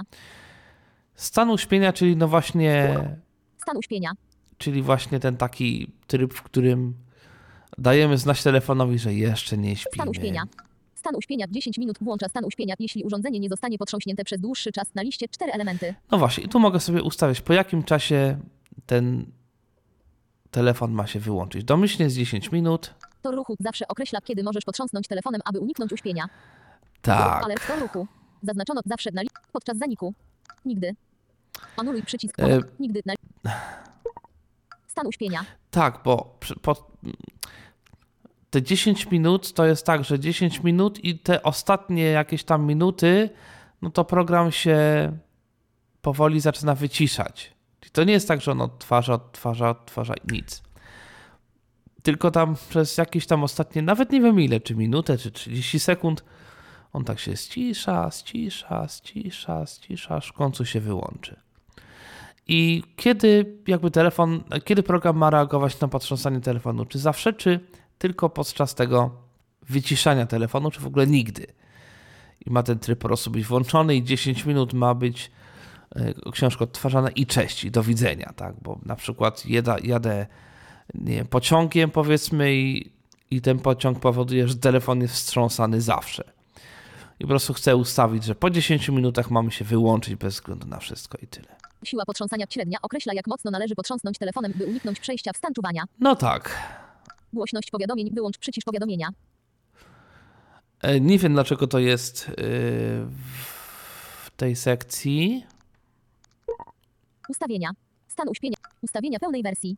Stan uśpienia, czyli no właśnie, Stan uśpienia. czyli właśnie ten taki tryb, w którym dajemy znać telefonowi, że jeszcze nie śpimy. Stan uśpienia. Stan uśpienia dziesięć minut włącza stan uśpienia, jeśli urządzenie nie zostanie potrząśnięte przez dłuższy czas. Na liście cztery elementy. No właśnie, i tu mogę sobie ustawiać, po jakim czasie ten telefon ma się wyłączyć. Domyślnie jest dziesięć minut. Tor ruchu zawsze określa, kiedy możesz potrząsnąć telefonem, aby uniknąć uśpienia. Tak. Alert tor ruchu. Zaznaczono zawsze na liście podczas zaniku. Nigdy. Anuluj przycisk. E... Nigdy. Na... Stan uśpienia. Tak, bo przy, po, te dziesięć minut to jest tak, że dziesięć minut i te ostatnie jakieś tam minuty, no to program się powoli zaczyna wyciszać. Czyli to nie jest tak, że on odtwarza, odtwarza, odtwarza i nic. Tylko tam przez jakieś tam ostatnie, nawet nie wiem ile, czy minutę, czy trzydzieści sekund, on tak się ścisza, ścisza, ścisza, ścisza, aż w końcu się wyłączy. I kiedy jakby telefon, kiedy program ma reagować na potrząsanie telefonu? Czy zawsze, czy tylko podczas tego wyciszania telefonu, czy w ogóle nigdy? I ma ten tryb po prostu być włączony i dziesięć minut ma być y, książka odtwarzana i cześć, i do widzenia, tak? Bo na przykład jeda, jadę nie wiem, pociągiem powiedzmy i i ten pociąg powoduje, że telefon jest wstrząsany zawsze. I po prostu chcę ustawić, że po dziesięciu minutach mamy się wyłączyć bez względu na wszystko i tyle. Siła potrząsania średnia określa, jak mocno należy potrząsnąć telefonem, by uniknąć przejścia w stan czuwania. No tak. Głośność powiadomień, wyłącz przycisk powiadomienia. E, Nie wiem, dlaczego to jest yy, w tej sekcji. Ustawienia. Stan uśpienia. Ustawienia pełnej wersji.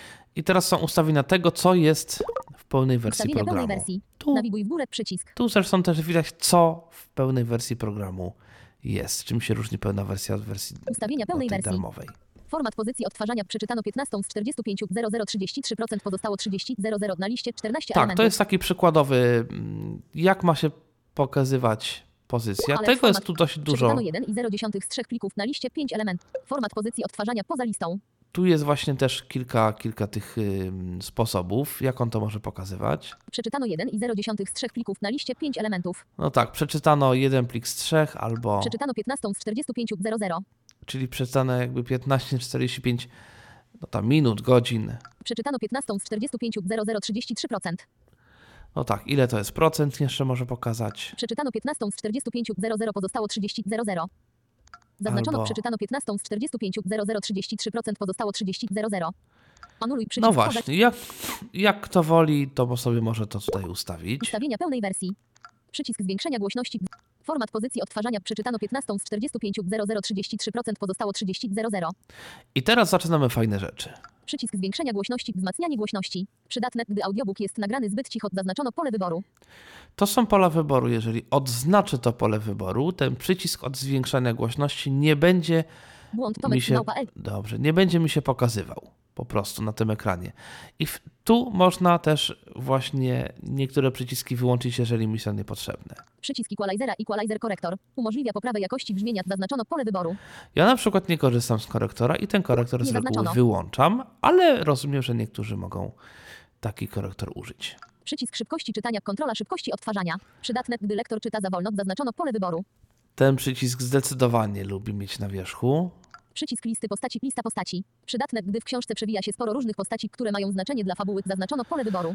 I teraz są ustawienia tego, co jest w pełnej wersji Ustawienia programu. pełnej wersji. Tu, Nawiguj w górę przycisk. tu zresztą też widać, co w pełnej wersji programu jest. Czym się różni pełna wersja od wersji Ustawienia pełnej tej wersji. darmowej. Format pozycji odtwarzania przeczytano piętnaście z czterdziestu pięciu, zero zero trzydzieści trzy procent, pozostało trzydzieści, zero zero na liście, czternaście Tak, elementów. to jest taki przykładowy, mm, jak ma się pokazywać pozycja. Ale Tego format jest tu dość dużo. Przeczytano jeden i zero dziesiątych z trzech plików na liście, pięć elementów. Format pozycji odtwarzania poza listą. Tu jest właśnie też kilka, kilka tych ym, sposobów, jak on to może pokazywać. Przeczytano jeden i zero dziesiątych z trzech plików na liście, pięć elementów. No tak, przeczytano jeden plik z trzech albo, Przeczytano piętnaście z czterdziestu pięciu, zero zero. czyli przeczytano jakby piętnaście, czterdzieści pięć no tam minut, godzin. Przeczytano piętnaście z czterdziestu pięciu, zero zero trzydzieści trzy procent. No tak, ile to jest procent jeszcze może pokazać. Przeczytano piętnaście z czterdziestu pięciu, zero zero, pozostało trzydzieści, zero zero. Zaznaczono Albo- przeczytano piętnaście z czterdziestu pięciu, zero zero trzydzieści trzy procent, pozostało trzydzieści, zero zero. Anuluj przycisk. No poza- właśnie, jak, jak kto woli, to sobie może to tutaj ustawić. Ustawienia pełnej wersji. Przycisk zwiększenia głośności. Format pozycji odtwarzania przeczytano piętnaście z czterdziestu pięciu, zero zero trzydzieści trzy procent, pozostało trzydzieści, zero zero. I teraz zaczynamy fajne rzeczy. Przycisk zwiększenia głośności, wzmacnianie głośności. Przydatne, gdy audiobook jest nagrany zbyt cicho, zaznaczono pole wyboru. To są pola wyboru. Jeżeli odznaczę to pole wyboru, ten przycisk od zwiększania głośności nie będzie Błąd mi Tomek się, małpa L. dobrze, nie będzie mi się pokazywał po prostu na tym ekranie. I w, tu można też właśnie niektóre przyciski wyłączyć, jeżeli mi są niepotrzebne. Przycisk equalizera, equalizer korektor. Umożliwia poprawę jakości brzmienia, zaznaczono pole wyboru. Ja na przykład nie korzystam z korektora i ten korektor z Nie reguły zaznaczono. wyłączam, ale rozumiem, że niektórzy mogą taki korektor użyć. Przycisk szybkości czytania, kontrola szybkości odtwarzania. Przydatne, gdy lektor czyta za wolno, zaznaczono pole wyboru. Ten przycisk zdecydowanie lubi mieć na wierzchu. Przycisk listy postaci, lista postaci. Przydatne, gdy w książce przewija się sporo różnych postaci, które mają znaczenie dla fabuły, zaznaczono pole wyboru.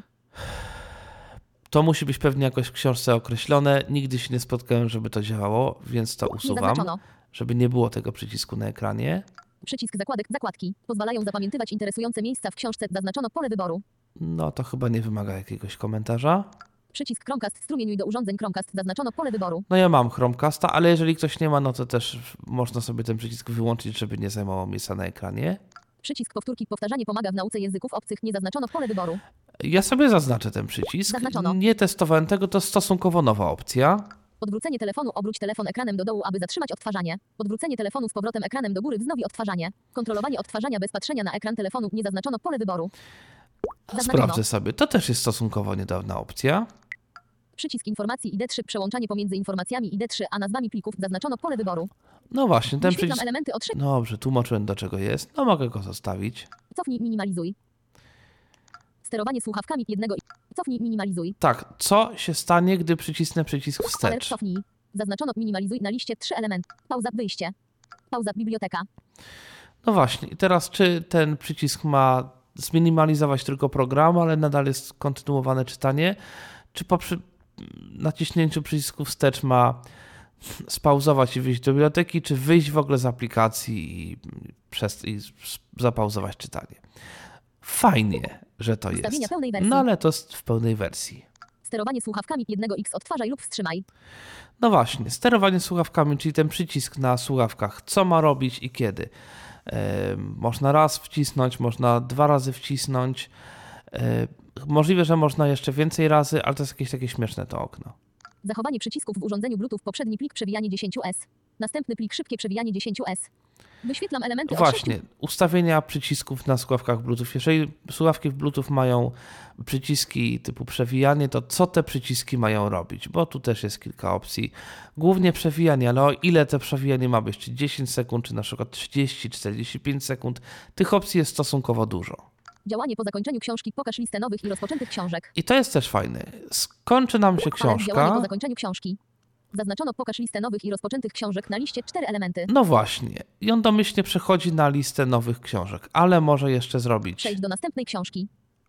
To musi być pewnie jakoś w książce określone. Nigdy się nie spotkałem, żeby to działało, więc to Nie usuwam, zaznaczono. żeby nie było tego przycisku na ekranie. Przycisk zakładek, zakładki. Pozwalają zapamiętywać interesujące miejsca w książce, zaznaczono pole wyboru. No to chyba nie wymaga jakiegoś komentarza. Przycisk Chromecast, strumień do urządzeń Chromecast, zaznaczono pole wyboru. No ja mam Chromecasta, ale jeżeli ktoś nie ma, no to też można sobie ten przycisk wyłączyć, żeby nie zajmował miejsca na ekranie. Przycisk powtórki, powtarzanie pomaga w nauce języków obcych, nie zaznaczono pole wyboru. Ja sobie zaznaczę ten przycisk. Zaznaczono. Nie testowałem tego, to stosunkowo nowa opcja. Odwrócenie telefonu, obróć telefon ekranem do dołu, aby zatrzymać odtwarzanie. Odwrócenie telefonu z powrotem ekranem do góry wznowi odtwarzanie. Kontrolowanie odtwarzania bez patrzenia na ekran telefonu, nie zaznaczono pole wyboru. Zaznaczono. Sprawdzę sobie. To też jest stosunkowo niedawna opcja. Przycisk informacji I D trzy, przełączanie pomiędzy informacjami I D trzy a nazwami plików, zaznaczono pole wyboru. No właśnie, ten Wyświetlam przycisk... elementy od sześciu. Dobrze, tłumaczyłem do czego jest. No mogę go zostawić. Cofnij, minimalizuj. Sterowanie słuchawkami jednego i... Cofnij, minimalizuj. Tak, co się stanie, gdy przycisnę przycisk Alert, wstecz? cofnij. Zaznaczono minimalizuj na liście trzy elementy. Pauza, wyjście. Pauza, biblioteka. No właśnie, i teraz czy ten przycisk ma zminimalizować tylko program, ale nadal jest kontynuowane czytanie, czy po przy... naciśnięciu przycisku wstecz ma spauzować i wyjść do biblioteki, czy wyjść w ogóle z aplikacji i, przez... i zapauzować czytanie. Fajnie, że to Ustawienia jest. pełnej wersji. No ale to jest w pełnej wersji. Sterowanie słuchawkami jednego X, odtwarzaj lub wstrzymaj. No właśnie, sterowanie słuchawkami, czyli ten przycisk na słuchawkach, co ma robić i kiedy. Yy, można raz wcisnąć, można dwa razy wcisnąć. Yy, możliwe, że można jeszcze więcej razy, ale to jest jakieś takie śmieszne to okno. Zachowanie przycisków w urządzeniu Bluetooth, poprzedni plik przewijanie dziesięć S. Następny plik szybkie przewijanie dziesięć S. Wyświetlam elementy od Właśnie, sześciu. ustawienia przycisków na słuchawkach Bluetooth. Jeżeli słuchawki w Bluetooth mają przyciski typu przewijanie, to co te przyciski mają robić? Bo tu też jest kilka opcji. Głównie przewijanie, ale o ile to przewijanie ma być? Czy dziesięć sekund, czy na przykład trzydzieści, czterdzieści pięć sekund? Tych opcji jest stosunkowo dużo. Działanie po zakończeniu książki, pokaż listę nowych i rozpoczętych książek. I to jest też fajne. Skończy nam się Alert, działanie książka. po zakończeniu książki. Zaznaczono pokaż listę nowych i rozpoczętych książek na liście cztery elementy. No właśnie. I on domyślnie przechodzi na listę nowych książek, ale może jeszcze zrobić. Przejdź do następnej książki.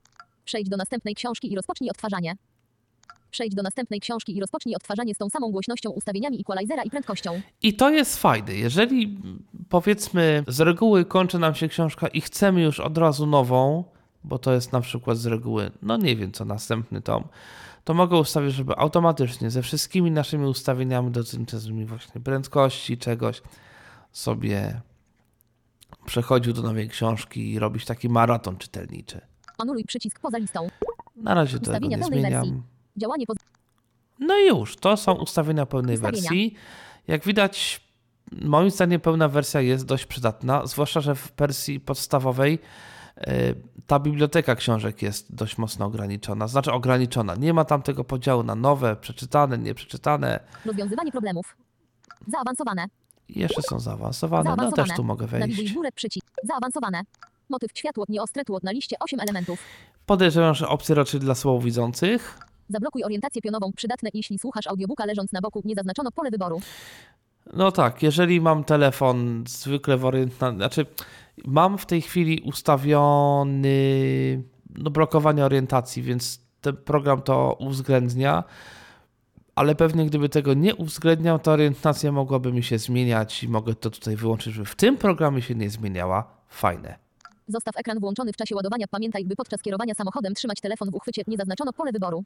Przejdź do następnej książki i rozpocznij odtwarzanie. Przejdź do następnej książki i rozpocznij odtwarzanie z tą samą głośnością, ustawieniami equalizera i prędkością. I to jest fajne. Jeżeli powiedzmy z reguły kończy nam się książka i chcemy już od razu nową, bo to jest na przykład z reguły, no nie wiem co, następny tom, to mogę ustawić, żeby automatycznie ze wszystkimi naszymi ustawieniami dotyczącymi właśnie prędkości czegoś sobie przechodził do nowej książki i robić taki maraton czytelniczy. Anuluj przycisk poza listą. Na razie tego Ustawienia nie pełnej zmieniam. wersji. Działanie poza... No i już, to są ustawienia pełnej Ustawienia. wersji. Jak widać, moim zdaniem pełna wersja jest dość przydatna, zwłaszcza, że w wersji podstawowej y, ta biblioteka książek jest dość mocno ograniczona. Znaczy ograniczona. Nie ma tam tego podziału na nowe, przeczytane, nieprzeczytane. Rozwiązywanie problemów. Zaawansowane. I jeszcze są zaawansowane. No Zaawansowane. też tu mogę Nawiguj wejść. w górę przycisk. Zaawansowane. Motyw światło, nieostre tło na liście osiem elementów. Podejrzewam, że opcje raczej dla słabowidzących. Zablokuj orientację pionową, przydatne jeśli słuchasz audiobooka leżąc na boku, nie zaznaczono pole wyboru. No tak, jeżeli mam telefon zwykle w orientacji, znaczy mam w tej chwili ustawiony no, blokowanie orientacji, więc ten program to uwzględnia, ale pewnie gdyby tego nie uwzględniał, to orientacja mogłaby mi się zmieniać i mogę to tutaj wyłączyć, żeby w tym programie się nie zmieniała. Fajne. Zostaw ekran włączony w czasie ładowania. Pamiętaj, by podczas kierowania samochodem trzymać telefon w uchwycie, nie zaznaczono pole wyboru.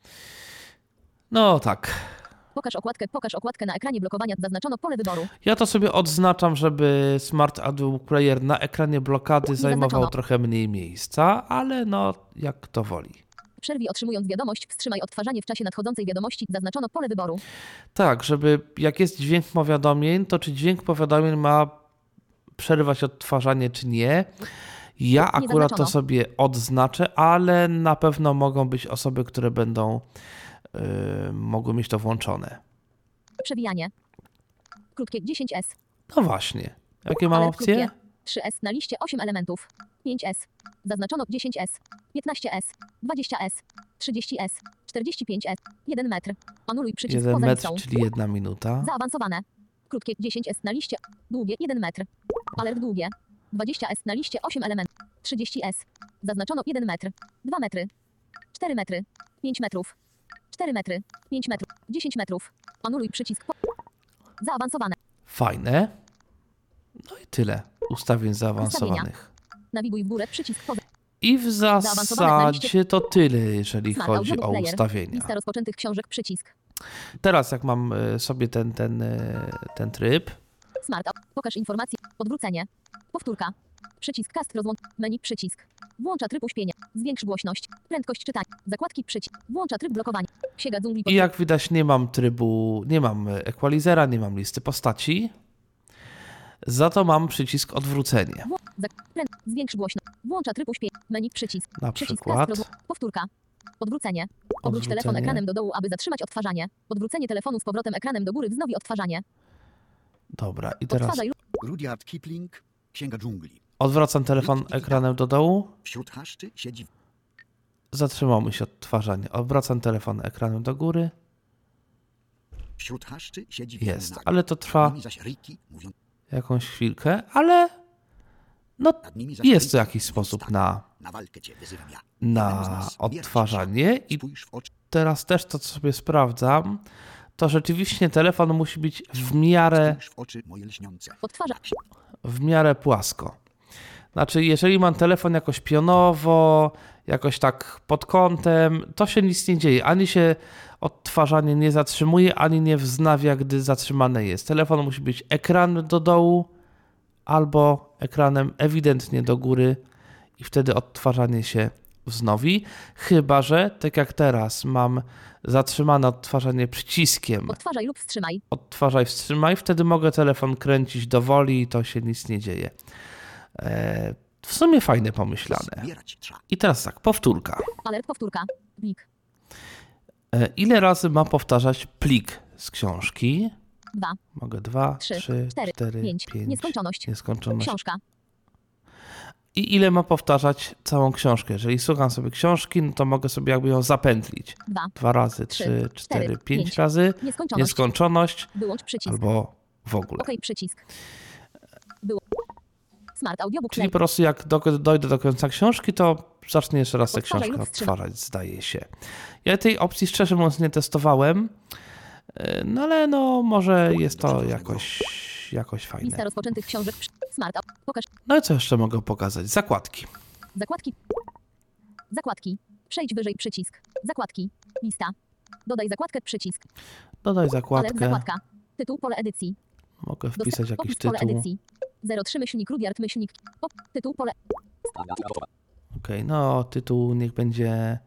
No tak. Pokaż okładkę, pokaż okładkę na ekranie blokowania, zaznaczono pole wyboru. Ja to sobie odznaczam, żeby Smart Audiobook Player na ekranie blokady zajmował zaznaczono. trochę mniej miejsca, ale no jak kto woli. Przerwij otrzymując wiadomość, wstrzymaj odtwarzanie w czasie nadchodzącej wiadomości, zaznaczono pole wyboru. Tak, żeby jak jest dźwięk powiadomień, to czy dźwięk powiadomień ma przerywać odtwarzanie, czy nie. Ja Nie akurat to zaznaczono. sobie odznaczę, ale na pewno mogą być osoby, które będą yy, mogły mieć to włączone. Przewijanie. Krótkie dziesięć S. No właśnie. Jakie mam Ale opcje? krótkie. trzy S na liście osiem elementów. pięć S. Zaznaczono dziesięć S. piętnaście S. dwadzieścia S. trzydzieści S. czterdzieści pięć S. jeden metr. Anuluj przycisk jeden poza metr, listą. czyli jedna minuta. Zaawansowane. Krótkie dziesięć S na liście. Długie jeden metr. Alert długie. dwadzieścia S na liście osiem elementów. trzydzieści S. Zaznaczono jeden metr. dwa metry. cztery metry. pięć metrów. cztery metry. pięć metrów. dziesięć metrów. Anuluj przycisk. Po... Zaawansowane. Fajne. No i tyle ustawień zaawansowanych. Nawiguj w górę przycisk poza. I w Zaawansowane na liście. zasadzie to tyle, jeżeli Smart chodzi Audiobook o Player. ustawienia. Lista rozpoczętych książek przycisk. Teraz jak mam y, sobie ten, ten, y, ten tryb, Smart. Pokaż informacje. Odwrócenie. Powtórka. Przycisk cast rozłącz. Menu przycisk. Włącza tryb uśpienia. Zwiększ głośność. Prędkość czytania. Zakładki przycisk. Włącza tryb blokowania. Księga dżungli. i jak widać nie mam trybu, nie mam equalizera, nie mam listy postaci, za to mam przycisk odwrócenie. Wło- zak- pręd- Zwiększ głośność. Włącza tryb uśpienia. Menu przycisk. Na Przycisk przykład cast rozłą- Powtórka. Odwrócenie. Obróć telefon Odwrócenie. ekranem do dołu, aby zatrzymać odtwarzanie. Odwrócenie telefonu z powrotem ekranem do góry wznowi odtwarzanie. Dobra, i teraz Odtwarzaj lub Rudyard Kipling, Księga dżungli. odwracam telefon ekranem do dołu, Wśród chaszczy siedzi... zatrzymało mi się odtwarzanie. Odwracam telefon ekranem do góry, Wśród chaszczy siedzi jest, nag. ale to trwa Nad nimi zaś Riki, mówiąc jakąś chwilkę, ale no nad nimi zaś jest to Riki, jakiś mówiąc sposób tak, na, na walkę cię wyzywam ja. Jednemu z na nas bierz odtwarzanie się, i spójrz w oczy teraz też to, co sobie sprawdzam, to rzeczywiście telefon musi być w miarę, spójrz w oczy moje lśniące. odtwarza. w miarę płasko. Znaczy, jeżeli mam telefon jakoś pionowo, jakoś tak pod kątem, to się nic nie dzieje. Ani się odtwarzanie nie zatrzymuje, ani nie wznawia, gdy zatrzymane jest. Telefon musi być ekran do dołu albo ekranem ewidentnie do góry i wtedy odtwarzanie się wznowi. Chyba że, tak jak teraz, mam zatrzymane odtwarzanie przyciskiem Odtwarzaj lub wstrzymaj. odtwarzaj, wstrzymaj, wtedy mogę telefon kręcić dowoli i to się nic nie dzieje. E, w sumie fajne pomyślane. Zbierać trzeba. I teraz tak, powtórka. Alert powtórka. Plik. E, ile razy ma powtarzać plik z książki? dwa. Mogę dwa, Trzy, trzy, cztery, cztery, pięć. pięć. Nieskończoność. Nieskończoność. Książka. I ile ma powtarzać całą książkę? Jeżeli słucham sobie książki, no to mogę sobie jakby ją zapętlić. dwa. Dwa razy, Trzy, trzy, cztery, cztery, pięć pięć. razy. Nieskończoność. Nieskończoność Wyłącz przycisk. albo w ogóle. OK przycisk. Było. Smart Audiobook Czyli Play. po prostu jak do, dojdę do końca książki, to zacznie jeszcze raz tę Odtwarzaj książkę lub wstrzymaj. odtwarzać, zdaje się. Ja tej opcji szczerze mówiąc nie testowałem, yy, no ale no może jest to jakoś, jakoś Lista fajne. rozpoczętych książek. przy- Smart. Au- Pokaż. No i co jeszcze mogę pokazać? Zakładki. Zakładki. Zakładki. Przejdź wyżej przycisk. Zakładki. Lista. Dodaj zakładkę przycisk. Dodaj Ale zakładkę. zakładka. Tytuł pole edycji. Mogę Dostęp- wpisać jakiś Opis pole tytuł. edycji. zero trzy myślnik Rudyard myślnik. Pop, tytuł pole. Okej, no tytuł niech będzie...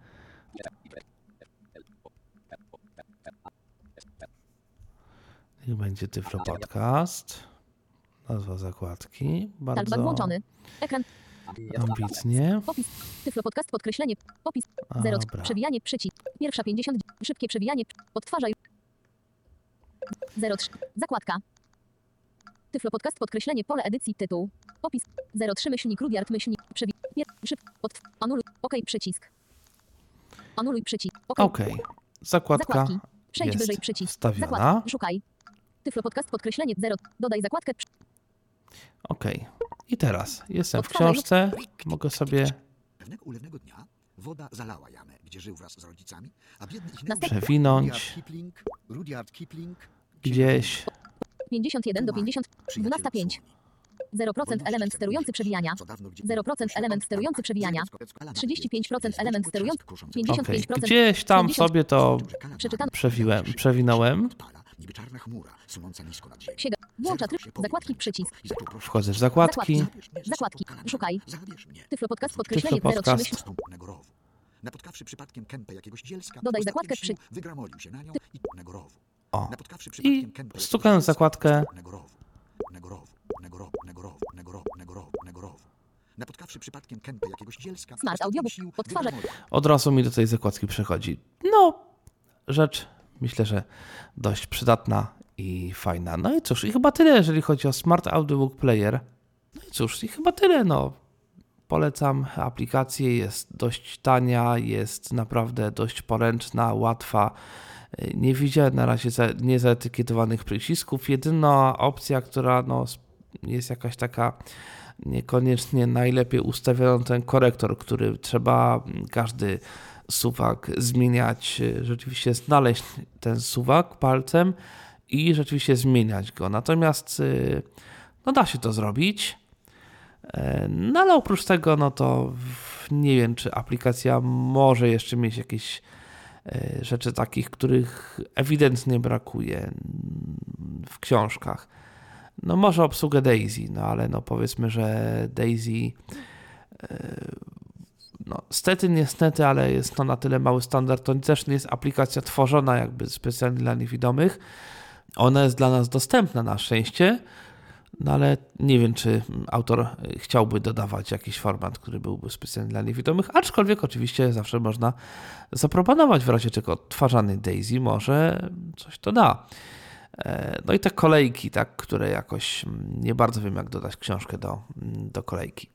Niech będzie Tyflo Podcast. Nazwa zakładki. Talkback Bardzo włączony. Ekran. ambitnie. Opis. Tyflo podcast podkreślenie. Opis. zero. Dobra. Przewijanie przycisk. Pierwsza pięćdziesiąt. Szybkie przewijanie. Odtwarzaj. zero trzy. Zakładka. Tyflo podcast podkreślenie pole edycji tytuł. Opis. zero trzy myślnik Rudyard myślnik. Przewi. Pier. Szyb. Od. Anuluj. OK przycisk. Anuluj przycisk. OK. Okej. Zakładka Zakładki. Przejdź jest wyżej przycisk. wstawiona. Zakładka. Szukaj. Tyflo podcast podkreślenie zero. Dodaj zakładkę. przy- Okej. I teraz jestem w Odtwarzaj. książce. Mogę sobie Pewnego ulewnego dnia woda zalała jamę, gdzie żył wraz z rodzicami, a biedny ich Następnie- przewinąć Rudyard Kipling, Rudyard Kipling, gdzieś. pięćdziesiąt jeden do pięćdziesiąt. przyjacielu dwanaście pięć. słoni. zero procent element sterujący przewijania. Co dawno gdzie- zero procent element sterujący przewijania. trzydzieści pięć procent element sterujący. pięćdziesiąt Okej. pięć procent. Gdzieś tam pięćdziesiąt sobie to Przeczytane. przewiłem, przewinąłem. Odpala, niby czarna chmura, sunąca nisko nad ziemią. Księga. Włącza tryb. Zerwał się po Zakładki mnie przycisk. i zaczął prosić, Wchodzę w zakładki. Zakładki. zabierz mnie ze Zakładki. sobą, Kalana, Szukaj. zabierz mnie. Tyflo podcast Tyflo podkreślenie Tyflo zero trzy podcast. myśl. Zastąpnego rowu. Napotkawszy przypadkiem kępę jakiegoś dzielska, Dodaj ostatkiem zakładkę sił przy- wygramolił się na nią i tego rowu. O. Napotkawszy I przypadkiem kępę jakiegoś stukałem w dzielska, zakładkę. ostatniego rowu. Nego rowu, nego rowu, nego rowu, nego rowu, nego rowu, nego rowu. Napotkawszy przypadkiem kępę jakiegoś dzielska, Smart ostatkiem audiobook. sił Odtwarzaj. wygramolił. Od razu mi do tej zakładki przechodzi. No, rzecz myślę, że dość przydatna i fajna. No i cóż, i chyba tyle, jeżeli chodzi o Smart Audiobook Player. No i cóż, i chyba tyle, no. Polecam aplikację, jest dość tania, jest naprawdę dość poręczna, łatwa. Nie widziałem na razie za, niezaetykietowanych przycisków. Jedyna opcja, która no, jest jakaś taka niekoniecznie najlepiej ustawiony, ten korektor, który trzeba każdy suwak zmieniać, rzeczywiście znaleźć ten suwak palcem i rzeczywiście zmieniać go. Natomiast no da się to zrobić. No ale oprócz tego, no to nie wiem, czy aplikacja może jeszcze mieć jakieś rzeczy takich, których ewidentnie brakuje w książkach. No może obsługę Daisy, no ale no powiedzmy, że Daisy no stety, niestety, ale jest to na tyle mały standard, to też nie jest aplikacja tworzona jakby specjalnie dla niewidomych. Ona jest dla nas dostępna na szczęście, no ale nie wiem, czy autor chciałby dodawać jakiś format, który byłby specjalnie dla niewidomych, aczkolwiek oczywiście zawsze można zaproponować w razie czego odtwarzanej Daisy, może coś to da. No i te kolejki, tak, które jakoś nie bardzo wiem, jak dodać książkę do, do kolejki.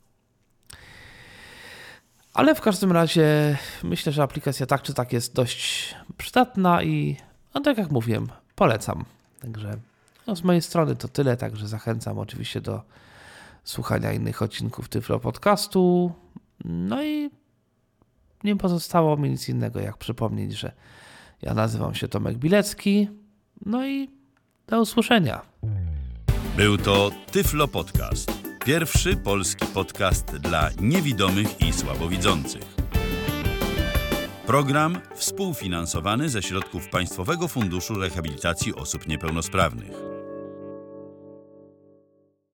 Ale w każdym razie myślę, że aplikacja tak czy tak jest dość przydatna i no tak jak mówiłem, polecam. Także no z mojej strony to tyle, także zachęcam oczywiście do słuchania innych odcinków Tyflo Podcastu. No i nie pozostało mi nic innego, jak przypomnieć, że ja nazywam się Tomek Bilecki. No i do usłyszenia. Był to Tyflo Podcast. Pierwszy polski podcast dla niewidomych i słabowidzących. Program współfinansowany ze środków Państwowego Funduszu Rehabilitacji Osób Niepełnosprawnych.